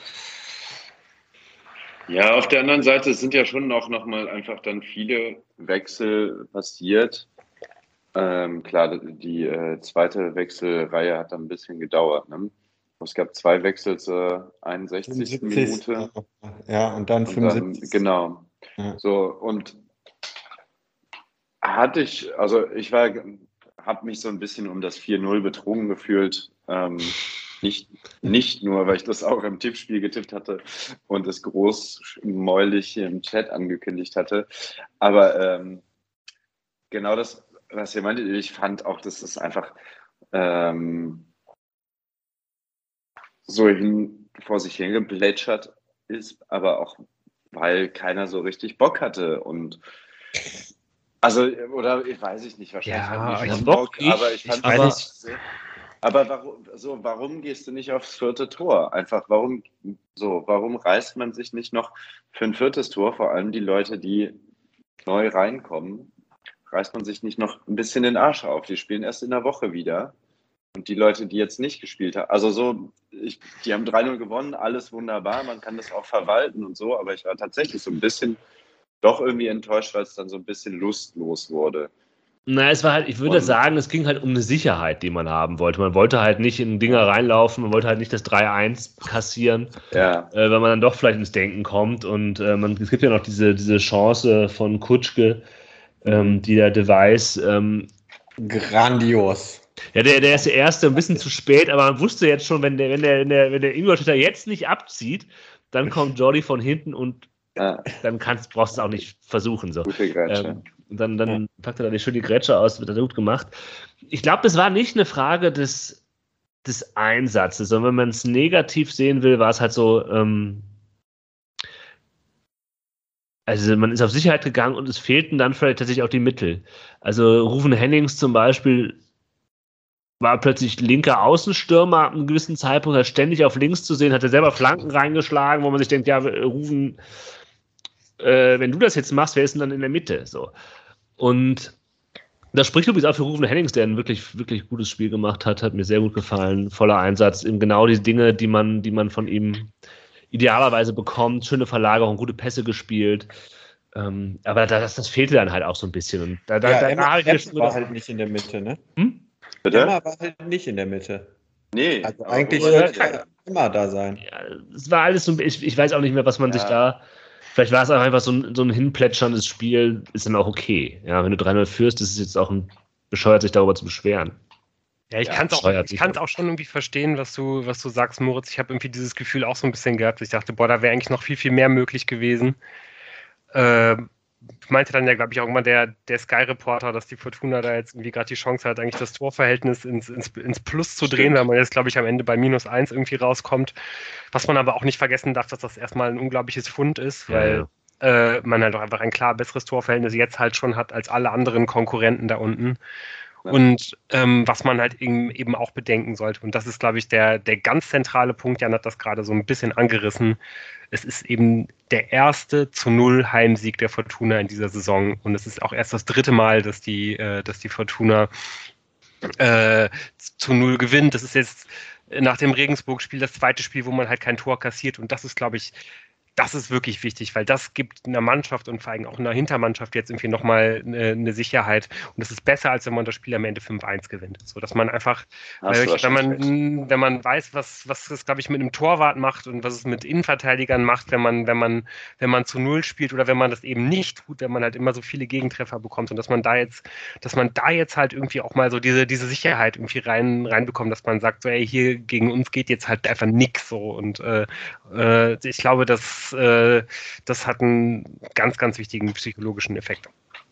Speaker 4: Ja, auf der anderen Seite sind ja schon auch noch mal einfach dann viele Wechsel passiert. Ähm, klar, die äh, zweite Wechselreihe hat dann ein bisschen gedauert. Ne? Es gab zwei Wechsel zur einundsechzigsten Minute.
Speaker 3: Ja, und dann
Speaker 4: und
Speaker 3: fünfundsiebzig.
Speaker 4: Dann, genau. Ja. So, und hatte ich, also ich war, habe mich so ein bisschen um das vier null betrogen gefühlt. Ähm, nicht, nicht nur, weil ich das auch im Tippspiel getippt hatte und es großmäulig hier im Chat angekündigt hatte. Aber ähm, genau das, was ihr meinte, ich fand auch, dass das einfach ähm, so hin, vor sich hingeplätschert ist, aber auch, weil keiner so richtig Bock hatte. Und also, oder ich weiß ich nicht, wahrscheinlich
Speaker 1: Ja,
Speaker 4: haben die schon
Speaker 1: ich-
Speaker 4: Bock,
Speaker 1: ich-
Speaker 4: aber ich
Speaker 1: ich
Speaker 4: fand
Speaker 1: weiß
Speaker 4: aber,
Speaker 1: nicht.
Speaker 4: aber warum, so, warum gehst du nicht aufs vierte Tor? Einfach, warum, so, warum reißt man sich nicht noch für ein viertes Tor, vor allem die Leute, die neu reinkommen, reißt man sich nicht noch ein bisschen den Arsch auf? Die spielen erst in der Woche wieder. Und die Leute, die jetzt nicht gespielt haben, also so, ich, die haben drei null gewonnen, alles wunderbar, man kann das auch verwalten und so, aber ich war tatsächlich so ein bisschen doch irgendwie enttäuscht, weil es dann so ein bisschen lustlos wurde.
Speaker 2: Na, es war halt, ich würde
Speaker 4: Und-
Speaker 2: sagen, es ging halt um eine Sicherheit, die man haben wollte. Man wollte halt nicht in Dinger reinlaufen, man wollte halt nicht das drei eins kassieren,
Speaker 4: Ja.
Speaker 2: äh, weil man dann doch vielleicht ins Denken kommt. Und äh, man, es gibt ja noch diese, diese Chance von Kutschke, ähm, die der Device. Ähm,
Speaker 3: Grandios.
Speaker 2: ja, der, der ist der Erste, ein bisschen zu spät, aber man wusste jetzt schon, wenn der, wenn der, wenn der, wenn der Ingolstädter jetzt nicht abzieht, dann kommt Jordi von hinten und
Speaker 4: Ja.
Speaker 2: dann kannst, brauchst du es auch nicht versuchen. So.
Speaker 4: Gute Grätsche.
Speaker 2: Ähm, und dann, dann ja. packt er da die schöne Grätsche aus, wird er gut gemacht. Ich glaube, das war nicht eine Frage des, des Einsatzes, sondern wenn man es negativ sehen will, war es halt so, ähm, also man ist auf Sicherheit gegangen und es fehlten dann vielleicht tatsächlich auch die Mittel. Also Ruven Hennings zum Beispiel war plötzlich linker Außenstürmer ab einem gewissen Zeitpunkt, hat ständig auf links zu sehen, hat er selber Flanken reingeschlagen, wo man sich denkt, ja, Ruven, äh, wenn du das jetzt machst, wer ist denn dann in der Mitte? So. Und das spricht übrigens auch für Ruven Hennings, der ein wirklich, wirklich gutes Spiel gemacht hat, hat mir sehr gut gefallen, voller Einsatz, eben genau die Dinge, die man, die man von ihm idealerweise bekommt, schöne Verlagerung, gute Pässe gespielt. Ähm, aber das, das fehlte dann halt auch so ein bisschen. Und da, da,
Speaker 3: ja,
Speaker 2: da,
Speaker 3: Emma,
Speaker 2: da
Speaker 3: Emma
Speaker 2: ich
Speaker 3: war halt nicht in der Mitte, ne?
Speaker 2: Hm?
Speaker 4: Bitte?
Speaker 3: Emma war halt nicht in der Mitte.
Speaker 4: Nee.
Speaker 3: Also eigentlich
Speaker 4: wo
Speaker 3: sollte
Speaker 4: war
Speaker 3: er immer da sein.
Speaker 2: Ja, es war alles so, ich, ich weiß auch nicht mehr, was man
Speaker 4: Ja.
Speaker 2: sich da, vielleicht war es auch einfach so ein, so ein hinplätscherndes Spiel, ist dann auch okay. Ja, wenn du drei null führst, ist es jetzt auch ein, bescheuert, sich darüber zu beschweren.
Speaker 1: Ja, ich
Speaker 2: Ja,
Speaker 1: kann es auch,
Speaker 2: bescheuert
Speaker 1: ich kann's auch schon irgendwie verstehen, was du, was du sagst, Moritz. Ich habe irgendwie dieses Gefühl auch so ein bisschen gehabt. Ich dachte, boah, da wäre eigentlich noch viel, viel mehr möglich gewesen. Äh, meinte dann ja, glaube ich, auch immer der, der Sky-Reporter, dass die Fortuna da jetzt irgendwie gerade die Chance hat, eigentlich das Torverhältnis ins, ins, ins Plus zu drehen,
Speaker 4: Stimmt.
Speaker 1: weil man jetzt, glaube ich, am Ende bei minus eins irgendwie rauskommt. Was man aber auch nicht vergessen darf, dass das erstmal ein unglaubliches Fund ist, weil
Speaker 2: Ja,
Speaker 1: äh, man halt auch einfach ein klar besseres Torverhältnis jetzt halt schon hat als alle anderen Konkurrenten da unten.
Speaker 4: Ja.
Speaker 1: Und ähm, was man halt eben, eben auch bedenken sollte, und das ist, glaube ich, der, der ganz zentrale Punkt, Jan hat das gerade so ein bisschen angerissen, es ist eben der erste zu null Heimsieg der Fortuna in dieser Saison und es ist auch erst das dritte Mal, dass die, äh, dass die Fortuna äh, zu null gewinnt. Das ist jetzt nach dem Regensburg-Spiel das zweite Spiel, wo man halt kein Tor kassiert. Und das ist, glaube ich, das ist wirklich wichtig, weil das gibt einer Mannschaft und vor allem auch einer Hintermannschaft jetzt irgendwie nochmal eine, eine Sicherheit. Und das ist besser, als wenn man das Spiel am Ende fünf eins gewinnt. So, dass man einfach, weil ich, wenn man, wenn man weiß, was, was es, glaube ich, mit einem Torwart macht und was es mit Innenverteidigern macht, wenn man, wenn man, wenn man zu null spielt oder wenn man das eben nicht tut, wenn man halt immer so viele Gegentreffer bekommt und dass man da jetzt, dass man da jetzt halt irgendwie auch mal so diese, diese Sicherheit irgendwie rein, reinbekommt, dass man sagt, so, ey, hier gegen uns geht jetzt halt einfach nix so. Und äh, äh, ich glaube, dass das hat einen ganz, ganz wichtigen psychologischen Effekt.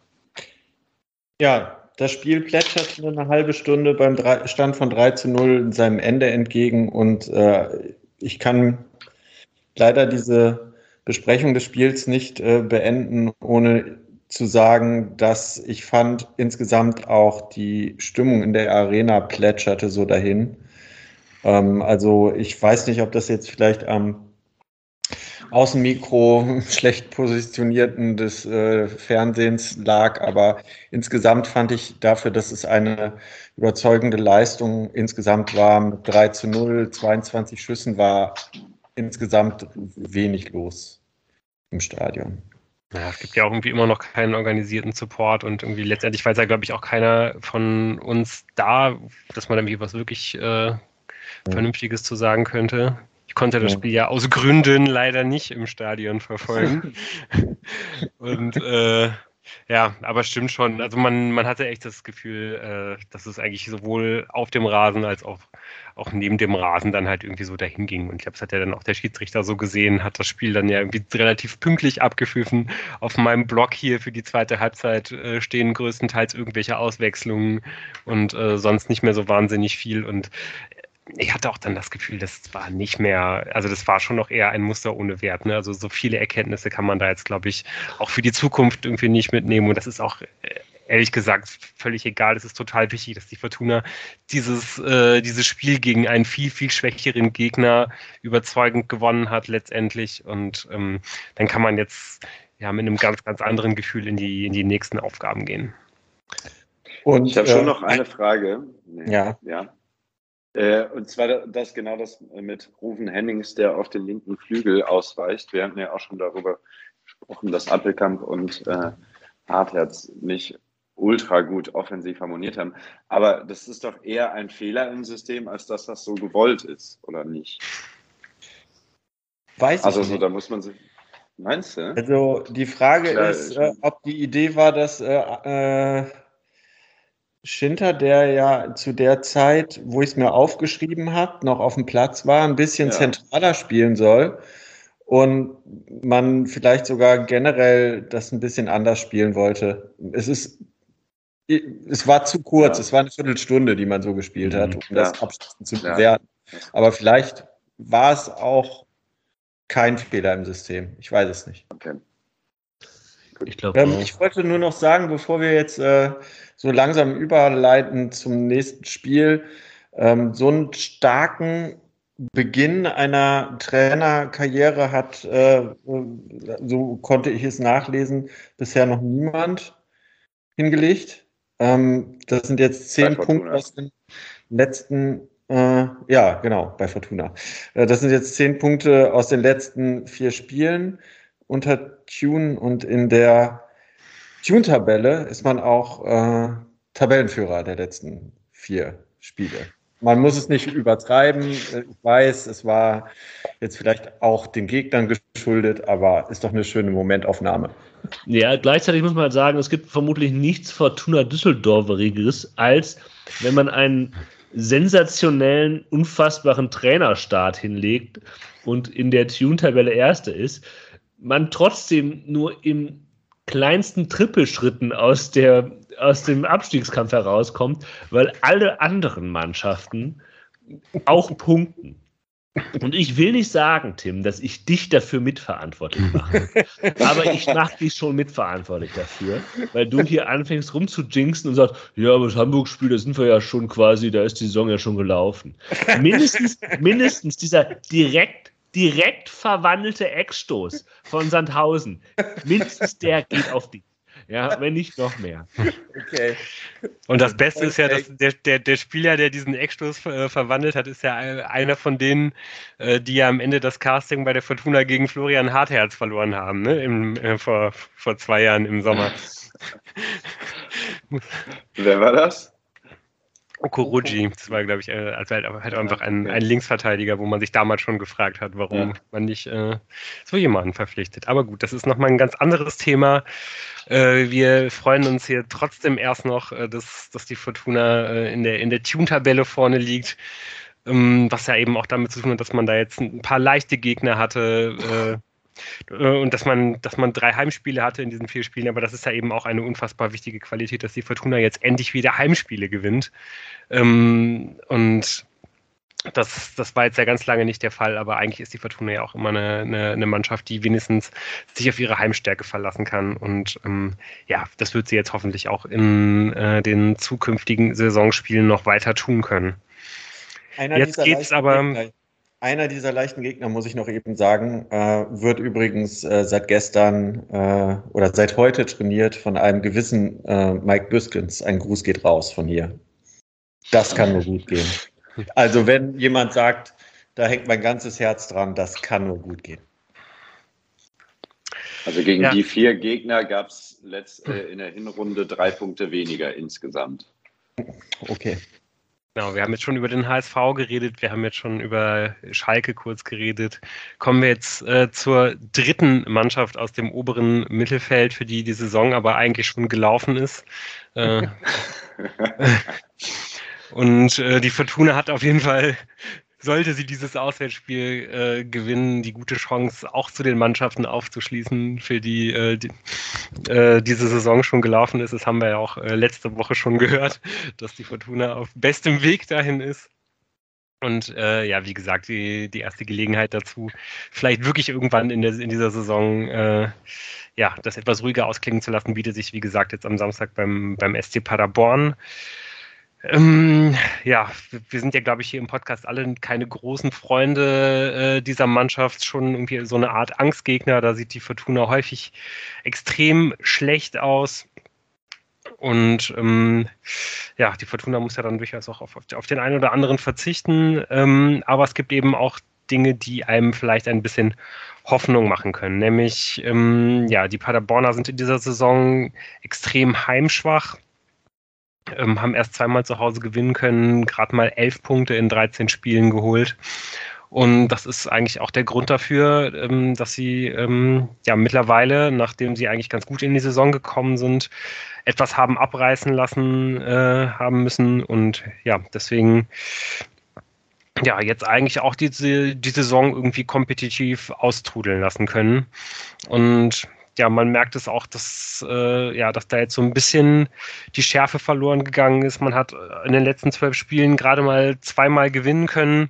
Speaker 3: Ja, das Spiel plätschert eine halbe Stunde beim Stand von drei zu null seinem Ende entgegen und äh, ich kann leider diese Besprechung des Spiels nicht äh, beenden, ohne zu sagen, dass ich fand, insgesamt auch die Stimmung in der Arena plätscherte so dahin. Ähm, also ich weiß nicht, ob das jetzt vielleicht am Außenmikro schlecht positionierten des äh, Fernsehens lag, aber insgesamt fand ich dafür, dass es eine überzeugende Leistung insgesamt war, mit drei zu null, zweiundzwanzig Schüssen war insgesamt wenig los im Stadion.
Speaker 1: Ja, es gibt ja auch irgendwie immer noch keinen organisierten Support und irgendwie letztendlich weiß ja, glaube ich, auch keiner von uns da, dass man irgendwie was wirklich äh, ja. Vernünftiges zu sagen könnte. Ich konnte das Spiel ja aus Gründen leider nicht im Stadion verfolgen. Und äh, ja, aber stimmt schon. Also man, man hatte echt das Gefühl, äh, dass es eigentlich sowohl auf dem Rasen als auch, auch neben dem Rasen dann halt irgendwie so dahin ging. Und ich glaube, das hat ja dann auch der Schiedsrichter so gesehen, hat das Spiel dann ja irgendwie relativ pünktlich abgepfiffen. Auf meinem Blog hier für die zweite Halbzeit äh, stehen größtenteils irgendwelche Auswechslungen und äh, sonst nicht mehr so wahnsinnig viel. Und ich hatte auch dann das Gefühl, das war nicht mehr, also das war schon noch eher ein Muster ohne Wert. Ne? Also so viele Erkenntnisse kann man da jetzt, glaube ich, auch für die Zukunft irgendwie nicht mitnehmen. Und das ist auch, ehrlich gesagt, völlig egal. Es ist total wichtig, dass die Fortuna dieses, äh, dieses Spiel gegen einen viel, viel schwächeren Gegner überzeugend gewonnen hat letztendlich. Und ähm, dann kann man jetzt ja mit einem ganz, ganz anderen Gefühl in die, in die nächsten Aufgaben gehen.
Speaker 4: Und ich habe äh, schon noch eine Frage.
Speaker 3: Nee, ja.
Speaker 4: Ja. Äh, und zwar das genau das mit Ruven Hennings, der auf den linken Flügel ausweicht. Wir hatten ja auch schon darüber gesprochen, dass Appelkamp und äh, Hartherz nicht ultra gut offensiv harmoniert haben. Aber das ist doch eher ein Fehler im System, als dass das so gewollt ist, oder nicht?
Speaker 3: Weiß ich
Speaker 4: also
Speaker 3: nicht.
Speaker 4: So, da muss man sich... Meinst du?
Speaker 3: Also die Frage
Speaker 4: Klar,
Speaker 3: ist, äh, ob die Idee war, dass äh, äh, Schinter, der ja zu der Zeit, wo ich es mir aufgeschrieben habe, noch auf dem Platz war, ein bisschen ja. zentraler spielen soll und man vielleicht sogar generell das ein bisschen anders spielen wollte. Es ist, es war zu kurz, ja. es war eine Viertelstunde, die man so gespielt hat, um ja. das abschließend zu
Speaker 4: ja.
Speaker 3: bewerten. Aber vielleicht war es auch kein Fehler im System. Ich weiß es nicht.
Speaker 4: Okay.
Speaker 3: Ich, glaub, ähm, ich wollte nur noch sagen, bevor wir jetzt äh, so langsam überleiten zum nächsten Spiel, ähm, so einen starken Beginn einer Trainerkarriere hat, äh, so konnte ich es nachlesen, bisher noch niemand hingelegt. Ähm, das sind jetzt zehn Punkte aus den letzten, äh, ja genau, bei Fortuna. Äh, das sind jetzt zehn Punkte aus den letzten vier Spielen unter Tune und in der Tune-Tabelle ist man auch äh, Tabellenführer der letzten vier Spiele. Man muss es nicht übertreiben. Ich weiß, es war jetzt vielleicht auch den Gegnern geschuldet, aber ist doch eine schöne Momentaufnahme.
Speaker 2: Ja, gleichzeitig muss man halt sagen, es gibt vermutlich nichts Fortuna Düsseldorferiges, als wenn man einen sensationellen, unfassbaren Trainerstart hinlegt und in der Tune-Tabelle Erste ist, man trotzdem nur im kleinsten Trippelschritten aus, der, aus dem Abstiegskampf herauskommt, weil alle anderen Mannschaften auch punkten. Und ich will nicht sagen, Tim, dass ich dich dafür mitverantwortlich mache, aber ich mache dich schon mitverantwortlich dafür, weil du hier anfängst rumzujinxen und sagst, ja, aber das Hamburg-Spiel, da sind wir ja schon quasi, da ist die Saison ja schon gelaufen. Mindestens, mindestens dieser direkt direkt verwandelte Eckstoß von Sandhausen. Mindestens der geht auf dich. Ja, wenn nicht noch mehr.
Speaker 3: Okay.
Speaker 1: Und das Beste ist ja, dass der, der, der Spieler, der diesen Eckstoß äh, verwandelt hat, ist ja einer von denen, äh, die ja am Ende das Casting bei der Fortuna gegen Florian Hartherz verloren haben, ne? Im, äh, vor, vor zwei Jahren im Sommer.
Speaker 4: Wer war das?
Speaker 1: Okoroji, das war, glaube ich, äh, also halt, halt einfach ein, ein Linksverteidiger, wo man sich damals schon gefragt hat, warum ja. man nicht äh, so jemanden verpflichtet. Aber gut, das ist nochmal ein ganz anderes Thema. Äh, wir freuen uns hier trotzdem erst noch, äh, dass, dass die Fortuna äh, in der, in der Tune-Tabelle vorne liegt, ähm, was ja eben auch damit zu tun hat, dass man da jetzt ein paar leichte Gegner hatte, äh, und dass man, dass man drei Heimspiele hatte in diesen vier Spielen, aber das ist ja eben auch eine unfassbar wichtige Qualität, dass die Fortuna jetzt endlich wieder Heimspiele gewinnt. Ähm, und das, das war jetzt ja ganz lange nicht der Fall, aber eigentlich ist die Fortuna ja auch immer eine, eine, eine Mannschaft, die wenigstens sich auf ihre Heimstärke verlassen kann. Und ähm, ja, das wird sie jetzt hoffentlich auch in äh, den zukünftigen Saisonspielen noch weiter tun können.
Speaker 3: Einer
Speaker 1: jetzt geht's aber...
Speaker 3: Gegner. Einer dieser leichten Gegner, muss ich noch eben sagen, äh, wird übrigens äh, seit gestern äh, oder seit heute trainiert von einem gewissen äh, Mike Büskens. Ein Gruß geht raus von hier. Das kann nur gut gehen. Also wenn jemand sagt, da hängt mein ganzes Herz dran, das kann nur gut gehen.
Speaker 4: Also gegen
Speaker 1: ja.
Speaker 4: die vier Gegner gab es äh, in der Hinrunde drei Punkte weniger insgesamt.
Speaker 3: Okay.
Speaker 1: Genau, wir haben jetzt schon über den H S V geredet, wir haben jetzt schon über Schalke kurz geredet. Kommen wir jetzt äh, zur dritten Mannschaft aus dem oberen Mittelfeld, für die die Saison aber eigentlich schon gelaufen ist. Äh, und äh, die Fortuna hat auf jeden Fall, sollte sie dieses Auswärtsspiel äh, gewinnen, die gute Chance, auch zu den Mannschaften aufzuschließen, für die, äh, die äh, diese Saison schon gelaufen ist. Das haben wir ja auch äh, letzte Woche schon gehört, dass die Fortuna auf bestem Weg dahin ist. Und äh, ja, wie gesagt, die, die erste Gelegenheit dazu, vielleicht wirklich irgendwann in, der, in dieser Saison äh, ja, das etwas ruhiger ausklingen zu lassen, bietet sich, wie gesagt, jetzt am Samstag beim, beim S C Paderborn. Ähm, ja, wir sind ja, glaube ich, hier im Podcast alle keine großen Freunde äh, dieser Mannschaft, schon irgendwie so eine Art Angstgegner. Da sieht die Fortuna häufig extrem schlecht aus. Und ähm, ja, die Fortuna muss ja dann durchaus auch auf, auf den einen oder anderen verzichten. Ähm, aber es gibt eben auch Dinge, die einem vielleicht ein bisschen Hoffnung machen können. Nämlich, ähm, ja, die Paderborner sind in dieser Saison extrem heimschwach. Ähm, haben erst zweimal zu Hause gewinnen können, gerade mal elf Punkte in dreizehn Spielen geholt. Und das ist eigentlich auch der Grund dafür, ähm, dass sie ähm, ja mittlerweile, nachdem sie eigentlich ganz gut in die Saison gekommen sind, etwas haben abreißen lassen äh, haben müssen. Und ja, deswegen ja jetzt eigentlich auch diese die Saison irgendwie kompetitiv austrudeln lassen können. Und ja, man merkt es auch, dass, äh, ja, dass da jetzt so ein bisschen die Schärfe verloren gegangen ist. Man hat in den letzten zwölf Spielen gerade mal zweimal gewinnen können.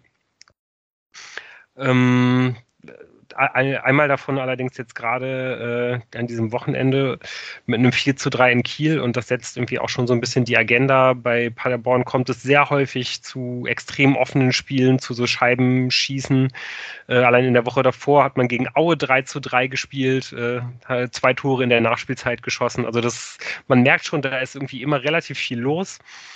Speaker 1: Ähm, ein, einmal davon allerdings jetzt gerade äh, an diesem Wochenende mit einem vier zu drei in Kiel, und das setzt irgendwie auch schon so ein bisschen die Agenda. Bei Paderborn kommt es sehr häufig zu extrem offenen Spielen, zu so Scheibenschießen. Äh, allein in der Woche davor hat man gegen Aue drei zu drei gespielt, äh, zwei Tore in der Nachspielzeit geschossen. Also das, man merkt schon, da ist irgendwie immer relativ viel los.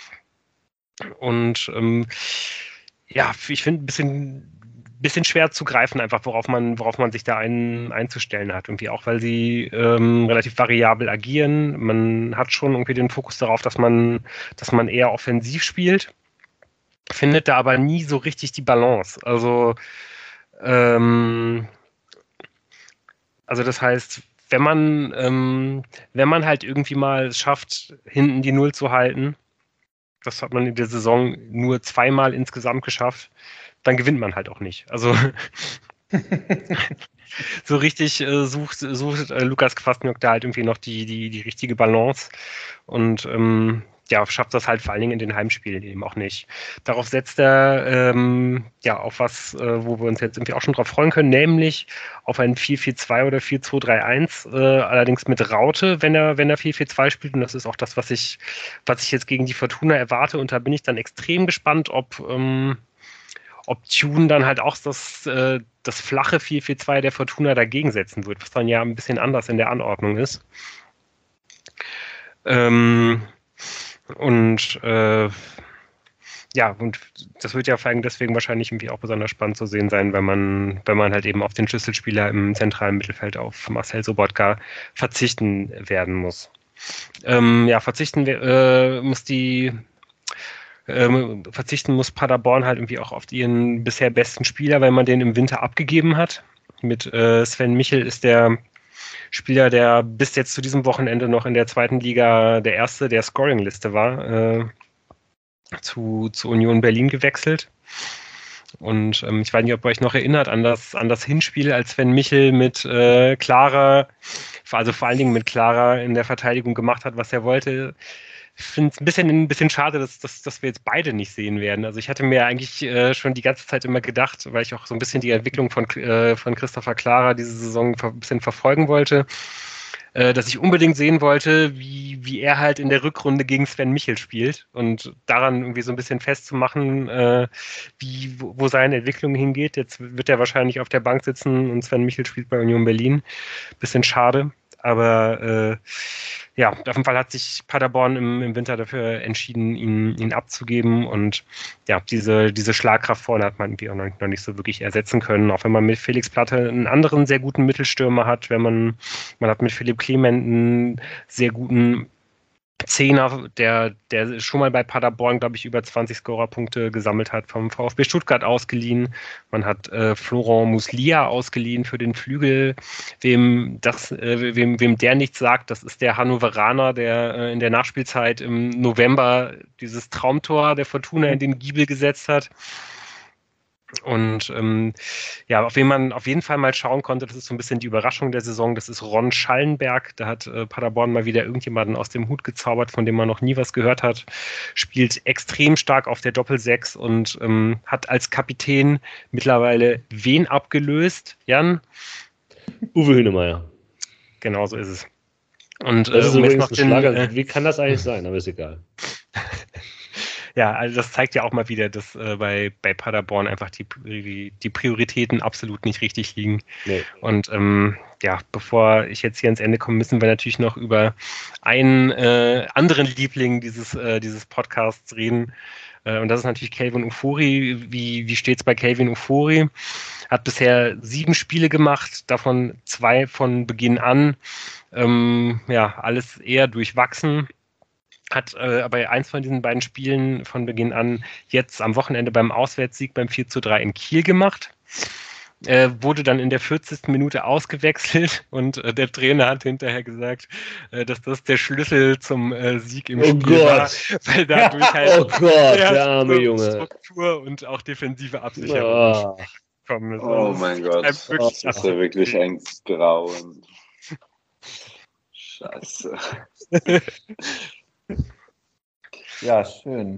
Speaker 1: Und ähm, ja, ich finde ein bisschen bisschen schwer zu greifen, einfach worauf man, worauf man sich da ein, einzustellen hat. Irgendwie auch, weil sie ähm, relativ variabel agieren. Man hat schon irgendwie den Fokus darauf, dass man, dass man eher offensiv spielt, findet da aber nie so richtig die Balance. Also, ähm, also das heißt, wenn man, ähm, wenn man halt irgendwie mal es schafft, hinten die Null zu halten, das hat man in der Saison nur zweimal insgesamt geschafft, dann gewinnt man halt auch nicht. Also so richtig äh, sucht, sucht äh, Lukas Kwasniok da halt irgendwie noch die, die, die richtige Balance und ähm, ja, schafft das halt vor allen Dingen in den Heimspielen eben auch nicht. Darauf setzt er ähm, ja auf was, äh, wo wir uns jetzt irgendwie auch schon drauf freuen können, nämlich auf ein vier vier zwei oder vier zwei drei eins, äh, allerdings mit Raute, wenn er, wenn er vier vier zwei spielt, und das ist auch das, was ich, was ich jetzt gegen die Fortuna erwarte, und da bin ich dann extrem gespannt, ob ähm, ob Tune dann halt auch das, äh, das flache vier vier zwei der Fortuna dagegen setzen wird, was dann ja ein bisschen anders in der Anordnung ist. Ähm, und äh, ja, und das wird ja vor allem deswegen wahrscheinlich irgendwie auch besonders spannend zu sehen sein, wenn man, wenn man halt eben auf den Schlüsselspieler im zentralen Mittelfeld auf Marcel Sobotka verzichten werden muss. Ähm, ja, verzichten äh, muss die ähm, verzichten muss Paderborn halt irgendwie auch auf ihren bisher besten Spieler, weil man den im Winter abgegeben hat. Mit äh, Sven Michel ist der Spieler, der bis jetzt zu diesem Wochenende noch in der zweiten Liga der Erste der Scoring-Liste war, äh, zu, zu Union Berlin gewechselt. Und ähm, ich weiß nicht, ob ihr euch noch erinnert an das, an das Hinspiel, als Sven Michel mit äh, Clara, also vor allen Dingen mit Clara in der Verteidigung gemacht hat, was er wollte. Ich finde es ein bisschen, ein bisschen schade, dass, dass, dass wir jetzt beide nicht sehen werden. Also ich hatte mir eigentlich äh, schon die ganze Zeit immer gedacht, weil ich auch so ein bisschen die Entwicklung von, äh, von Christopher Clara diese Saison ein bisschen verfolgen wollte, äh, dass ich unbedingt sehen wollte, wie, wie er halt in der Rückrunde gegen Sven Michel spielt und daran irgendwie so ein bisschen festzumachen, äh, wie, wo, wo seine Entwicklung hingeht. Jetzt wird er wahrscheinlich auf der Bank sitzen und Sven Michel spielt bei Union Berlin. Bisschen schade. Aber äh, ja, auf jeden Fall hat sich Paderborn im, im Winter dafür entschieden, ihn, ihn abzugeben. Und ja, diese, diese Schlagkraft vorne hat man irgendwie auch noch, noch nicht so wirklich ersetzen können. Auch wenn man mit Felix Platte einen anderen sehr guten Mittelstürmer hat, wenn man, man hat mit Philipp Clement einen sehr guten Zehner, der, der schon mal bei Paderborn, glaube ich, über zwanzig Scorerpunkte gesammelt hat, vom VfB Stuttgart ausgeliehen. Man hat äh, Florent Muslia ausgeliehen für den Flügel. Wem, das, äh, wem, wem der nichts sagt, das ist der Hannoveraner, der äh, in der Nachspielzeit im November dieses Traumtor der Fortuna in den Giebel gesetzt hat. Und ähm, ja, auf wen man auf jeden Fall mal schauen konnte, das ist so ein bisschen die Überraschung der Saison, das ist Ron Schallenberg. Da hat äh, Paderborn mal wieder irgendjemanden aus dem Hut gezaubert, von dem man noch nie was gehört hat. Spielt extrem stark auf der Doppelsechs und ähm, hat als Kapitän mittlerweile wen abgelöst, Jan?
Speaker 2: Uwe Hünemeyer.
Speaker 1: Genau so ist es. Und,
Speaker 2: das
Speaker 1: äh,
Speaker 2: ist
Speaker 1: um
Speaker 2: übrigens
Speaker 1: jetzt noch
Speaker 2: ein
Speaker 1: den,
Speaker 2: Schlager.
Speaker 1: äh,
Speaker 2: Wie kann das eigentlich sein? Aber ist egal.
Speaker 1: Ja, also das zeigt ja auch mal wieder, dass äh, bei, bei Paderborn einfach die, die, die Prioritäten absolut nicht richtig liegen.
Speaker 2: Nee.
Speaker 1: Und ähm, ja, bevor ich jetzt hier ans Ende komme, müssen wir natürlich noch über einen äh, anderen Liebling dieses, äh, dieses Podcasts reden. Äh, und das ist natürlich Kelvin Ofori. Wie, wie steht es bei Kelvin Ofori? Hat bisher sieben Spiele gemacht, davon zwei von Beginn an. Ähm, ja, alles eher durchwachsen. Hat äh, bei eins von diesen beiden Spielen von Beginn an jetzt am Wochenende beim Auswärtssieg beim vier zu drei in Kiel gemacht. Äh, wurde dann in der vierzigsten Minute ausgewechselt und äh, der Trainer hat hinterher gesagt, äh, dass das der Schlüssel zum äh, Sieg im
Speaker 2: Oh
Speaker 1: Spiel
Speaker 2: Gott.
Speaker 1: war, weil dadurch halt
Speaker 2: oh Gott, der arme Junge.
Speaker 1: Struktur und auch defensive Absicherung
Speaker 2: Oh.
Speaker 1: kommen.
Speaker 4: Oh mein Gott,
Speaker 1: das
Speaker 4: ist ja wirklich ein Grauen. Scheiße.
Speaker 3: Ja, schön.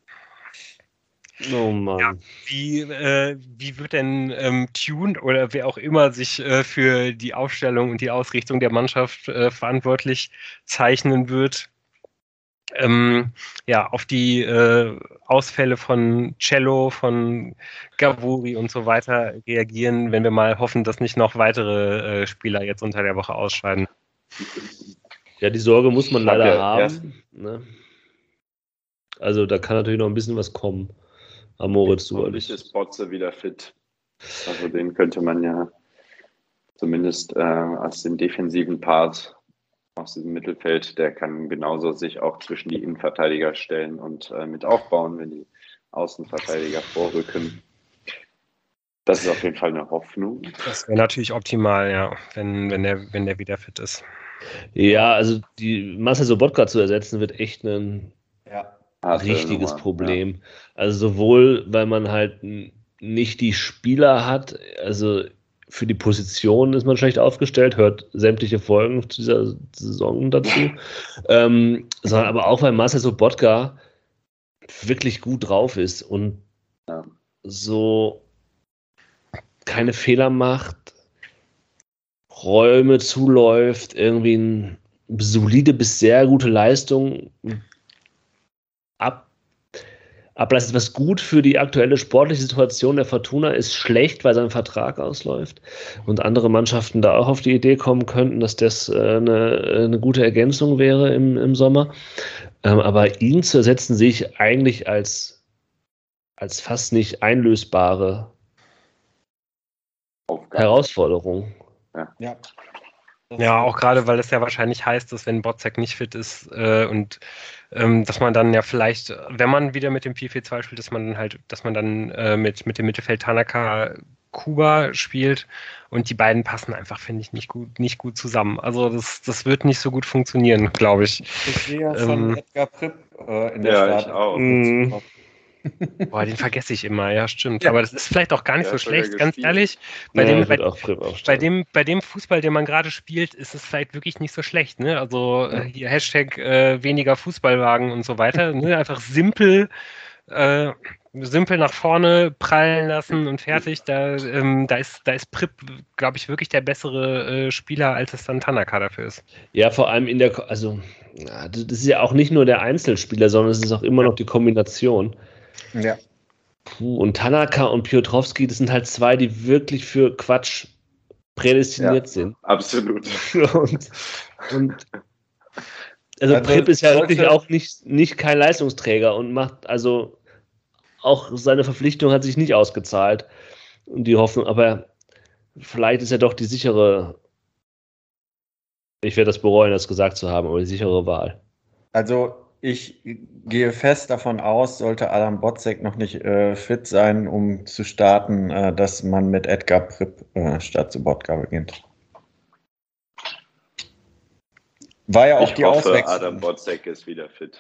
Speaker 2: Oh Mann.
Speaker 1: Ja, wie, äh, wie wird denn ähm, Tune oder wer auch immer sich äh, für die Aufstellung und die Ausrichtung der Mannschaft äh, verantwortlich zeichnen wird, ähm, ja, auf die äh, Ausfälle von Cello, von Gavuri und so weiter reagieren, wenn wir mal hoffen, dass nicht noch weitere äh, Spieler jetzt unter der Woche ausscheiden?
Speaker 2: Ja, die Sorge muss man
Speaker 4: Ich hab
Speaker 2: leider
Speaker 4: ja
Speaker 2: haben.
Speaker 4: erst-
Speaker 2: Ne? Also da kann natürlich noch ein bisschen was kommen. Am Moritz, du
Speaker 4: Hoffentlich ist Botze wieder fit. Also den könnte man ja zumindest äh, als den defensiven Part aus diesem Mittelfeld, der kann genauso sich auch zwischen die Innenverteidiger stellen und äh, mit aufbauen, wenn die Außenverteidiger vorrücken. Das ist auf jeden Fall eine Hoffnung.
Speaker 1: Das wäre natürlich optimal, ja, wenn, wenn, der, wenn der wieder fit ist.
Speaker 2: Ja, also die Marcel Sobotka zu ersetzen, wird echt ein
Speaker 3: Ja.
Speaker 4: Harte
Speaker 2: richtiges
Speaker 4: Nummer,
Speaker 2: Problem.
Speaker 4: Ja.
Speaker 2: Also sowohl, weil man halt n- nicht die Spieler hat, also für die Position ist man schlecht aufgestellt, hört sämtliche Folgen zu dieser Saison dazu, ähm, sondern aber auch, weil Marcel Sobotka wirklich gut drauf ist und
Speaker 4: Ja.
Speaker 2: so keine Fehler macht, Räume zuläuft, irgendwie eine solide bis sehr gute Leistung ab, Ablass ist was gut für die aktuelle sportliche Situation der Fortuna, ist schlecht, weil sein Vertrag ausläuft und andere Mannschaften da auch auf die Idee kommen könnten, dass das äh, eine, eine gute Ergänzung wäre im, im Sommer. Ähm, aber ihn zu ersetzen, sehe ich eigentlich als, als fast nicht einlösbare Aufgabe. Herausforderung.
Speaker 3: Ja. Ja.
Speaker 1: Ja, auch gerade, weil es ja wahrscheinlich heißt, dass wenn Botzek nicht fit ist äh, und ähm, dass man dann ja vielleicht, wenn man wieder mit dem vier vier zwei spielt, dass man dann halt, dass man dann äh, mit, mit dem Mittelfeld Tanaka Kuba spielt und die beiden passen einfach, finde ich, nicht gut, nicht gut zusammen. Also das, das wird nicht so gut funktionieren, glaube ich.
Speaker 3: Ich sehe ja schon
Speaker 1: Ähm,
Speaker 3: Edgar Pripp äh, in der
Speaker 4: Ja,
Speaker 3: Start.
Speaker 4: ich auch.
Speaker 1: Mm. Boah, den vergesse ich immer, ja, stimmt.
Speaker 3: Ja.
Speaker 1: Aber das ist vielleicht auch gar nicht
Speaker 4: Der
Speaker 1: so
Speaker 4: hat sogar
Speaker 1: schlecht, ganz
Speaker 4: gespielt.
Speaker 1: ehrlich. Bei,
Speaker 2: Ja,
Speaker 1: dem,
Speaker 2: ich
Speaker 1: bei,
Speaker 2: würde auch Fripp
Speaker 1: bei,
Speaker 2: aufstellen.
Speaker 1: dem, bei dem Fußball, den man gerade spielt, ist es vielleicht wirklich nicht so schlecht. Ne? Also äh, hier Hashtag äh, weniger Fußballwagen und so weiter. Ne? Einfach simpel, äh, simpel nach vorne prallen lassen und fertig. Da, ähm, da ist, da ist Pripp, glaube ich, wirklich der bessere äh, Spieler, als es dann Tanaka dafür ist.
Speaker 2: Ja, vor allem in der, Ko- also ja, das ist ja auch nicht nur der Einzelspieler, sondern es ist auch immer
Speaker 1: Ja.
Speaker 2: noch die Kombination.
Speaker 3: Ja.
Speaker 2: Puh, und Tanaka und Piotrowski, das sind halt zwei, die wirklich für Quatsch prädestiniert
Speaker 4: Ja.
Speaker 2: sind.
Speaker 4: Absolut.
Speaker 2: und, und also,
Speaker 3: Also
Speaker 2: Pripp ist ja
Speaker 3: sollte-
Speaker 2: wirklich auch nicht, nicht kein Leistungsträger und macht, also auch seine Verpflichtung hat sich nicht ausgezahlt. Und die Hoffnung, aber vielleicht ist er doch die sichere, ich werde das bereuen, das gesagt zu haben, aber die sichere Wahl.
Speaker 3: Also ich gehe fest davon aus, sollte Adam Botzek noch nicht äh, fit sein, um zu starten, äh, dass man mit Edgar Pripp äh, statt Sobotka beginnt. War ja auch
Speaker 4: Ich
Speaker 3: die
Speaker 4: hoffe,
Speaker 3: Auswechslung.
Speaker 4: Adam Botzek ist wieder fit.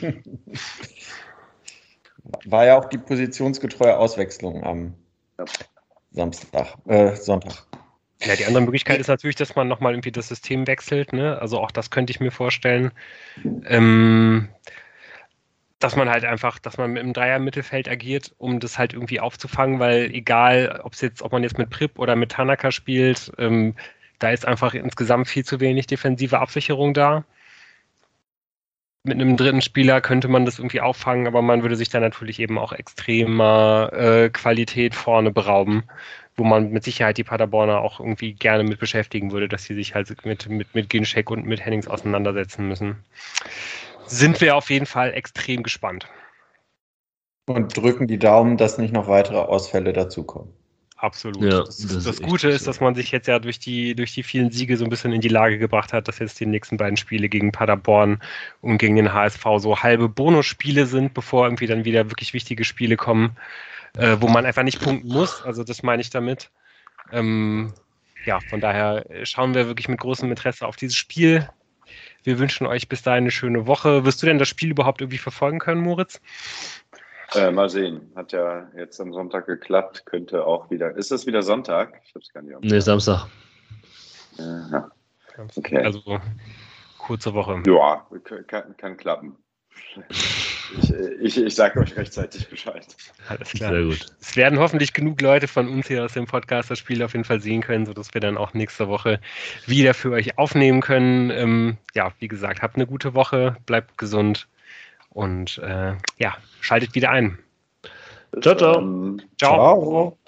Speaker 3: War ja auch die positionsgetreue Auswechslung am Samstag, äh, Sonntag.
Speaker 1: Ja, die andere Möglichkeit ist natürlich, dass man nochmal irgendwie das System wechselt, ne? Also auch das könnte ich mir vorstellen. Ähm, dass man halt einfach, dass man mit dem Dreier-Mittelfeld agiert, um das halt irgendwie aufzufangen, weil egal, ob es jetzt, ob man jetzt mit Pripp oder mit Tanaka spielt, ähm, da ist einfach insgesamt viel zu wenig defensive Absicherung da. Mit einem dritten Spieler könnte man das irgendwie auffangen, aber man würde sich dann natürlich eben auch extremer äh, Qualität vorne berauben, wo man mit Sicherheit die Paderborner auch irgendwie gerne mit beschäftigen würde, dass sie sich halt mit, mit, mit Ginczek und mit Hennings auseinandersetzen müssen. Sind wir auf jeden Fall extrem gespannt.
Speaker 3: Und drücken die Daumen, dass nicht noch weitere Ausfälle dazukommen.
Speaker 1: Absolut.
Speaker 2: Ja,
Speaker 1: das,
Speaker 2: das
Speaker 1: das,
Speaker 2: ist
Speaker 1: Gute
Speaker 2: echt
Speaker 1: ist,
Speaker 2: so.
Speaker 1: dass man sich jetzt ja durch die, durch die vielen Siege so ein bisschen in die Lage gebracht hat, dass jetzt die nächsten beiden Spiele gegen Paderborn und gegen den H S V so halbe Bonusspiele sind, bevor irgendwie dann wieder wirklich wichtige Spiele kommen, äh, wo man einfach nicht punkten muss. Also das meine ich damit. Ähm, ja, von daher schauen wir wirklich mit großem Interesse auf dieses Spiel. Wir wünschen euch bis dahin eine schöne Woche. Wirst du denn das Spiel überhaupt irgendwie verfolgen können, Moritz?
Speaker 4: Äh, mal sehen. Hat ja jetzt am Sonntag geklappt. Könnte auch wieder. Ist das wieder Sonntag? Ich habe es gar nicht.
Speaker 2: Nee, Samstag.
Speaker 4: Ja. Okay.
Speaker 1: Also kurze Woche.
Speaker 4: Ja, kann, kann klappen. Ich, ich, ich sage euch rechtzeitig Bescheid.
Speaker 1: Alles klar.
Speaker 2: Sehr gut.
Speaker 1: Es werden hoffentlich genug Leute von uns hier aus dem Podcast das Spiel auf jeden Fall sehen können, sodass wir dann auch nächste Woche wieder für euch aufnehmen können. Ähm, ja, wie gesagt, habt eine gute Woche, bleibt gesund und äh, ja, schaltet wieder ein.
Speaker 2: Ciao, ciao.
Speaker 4: Ähm,
Speaker 1: Ciao.
Speaker 3: Ciao.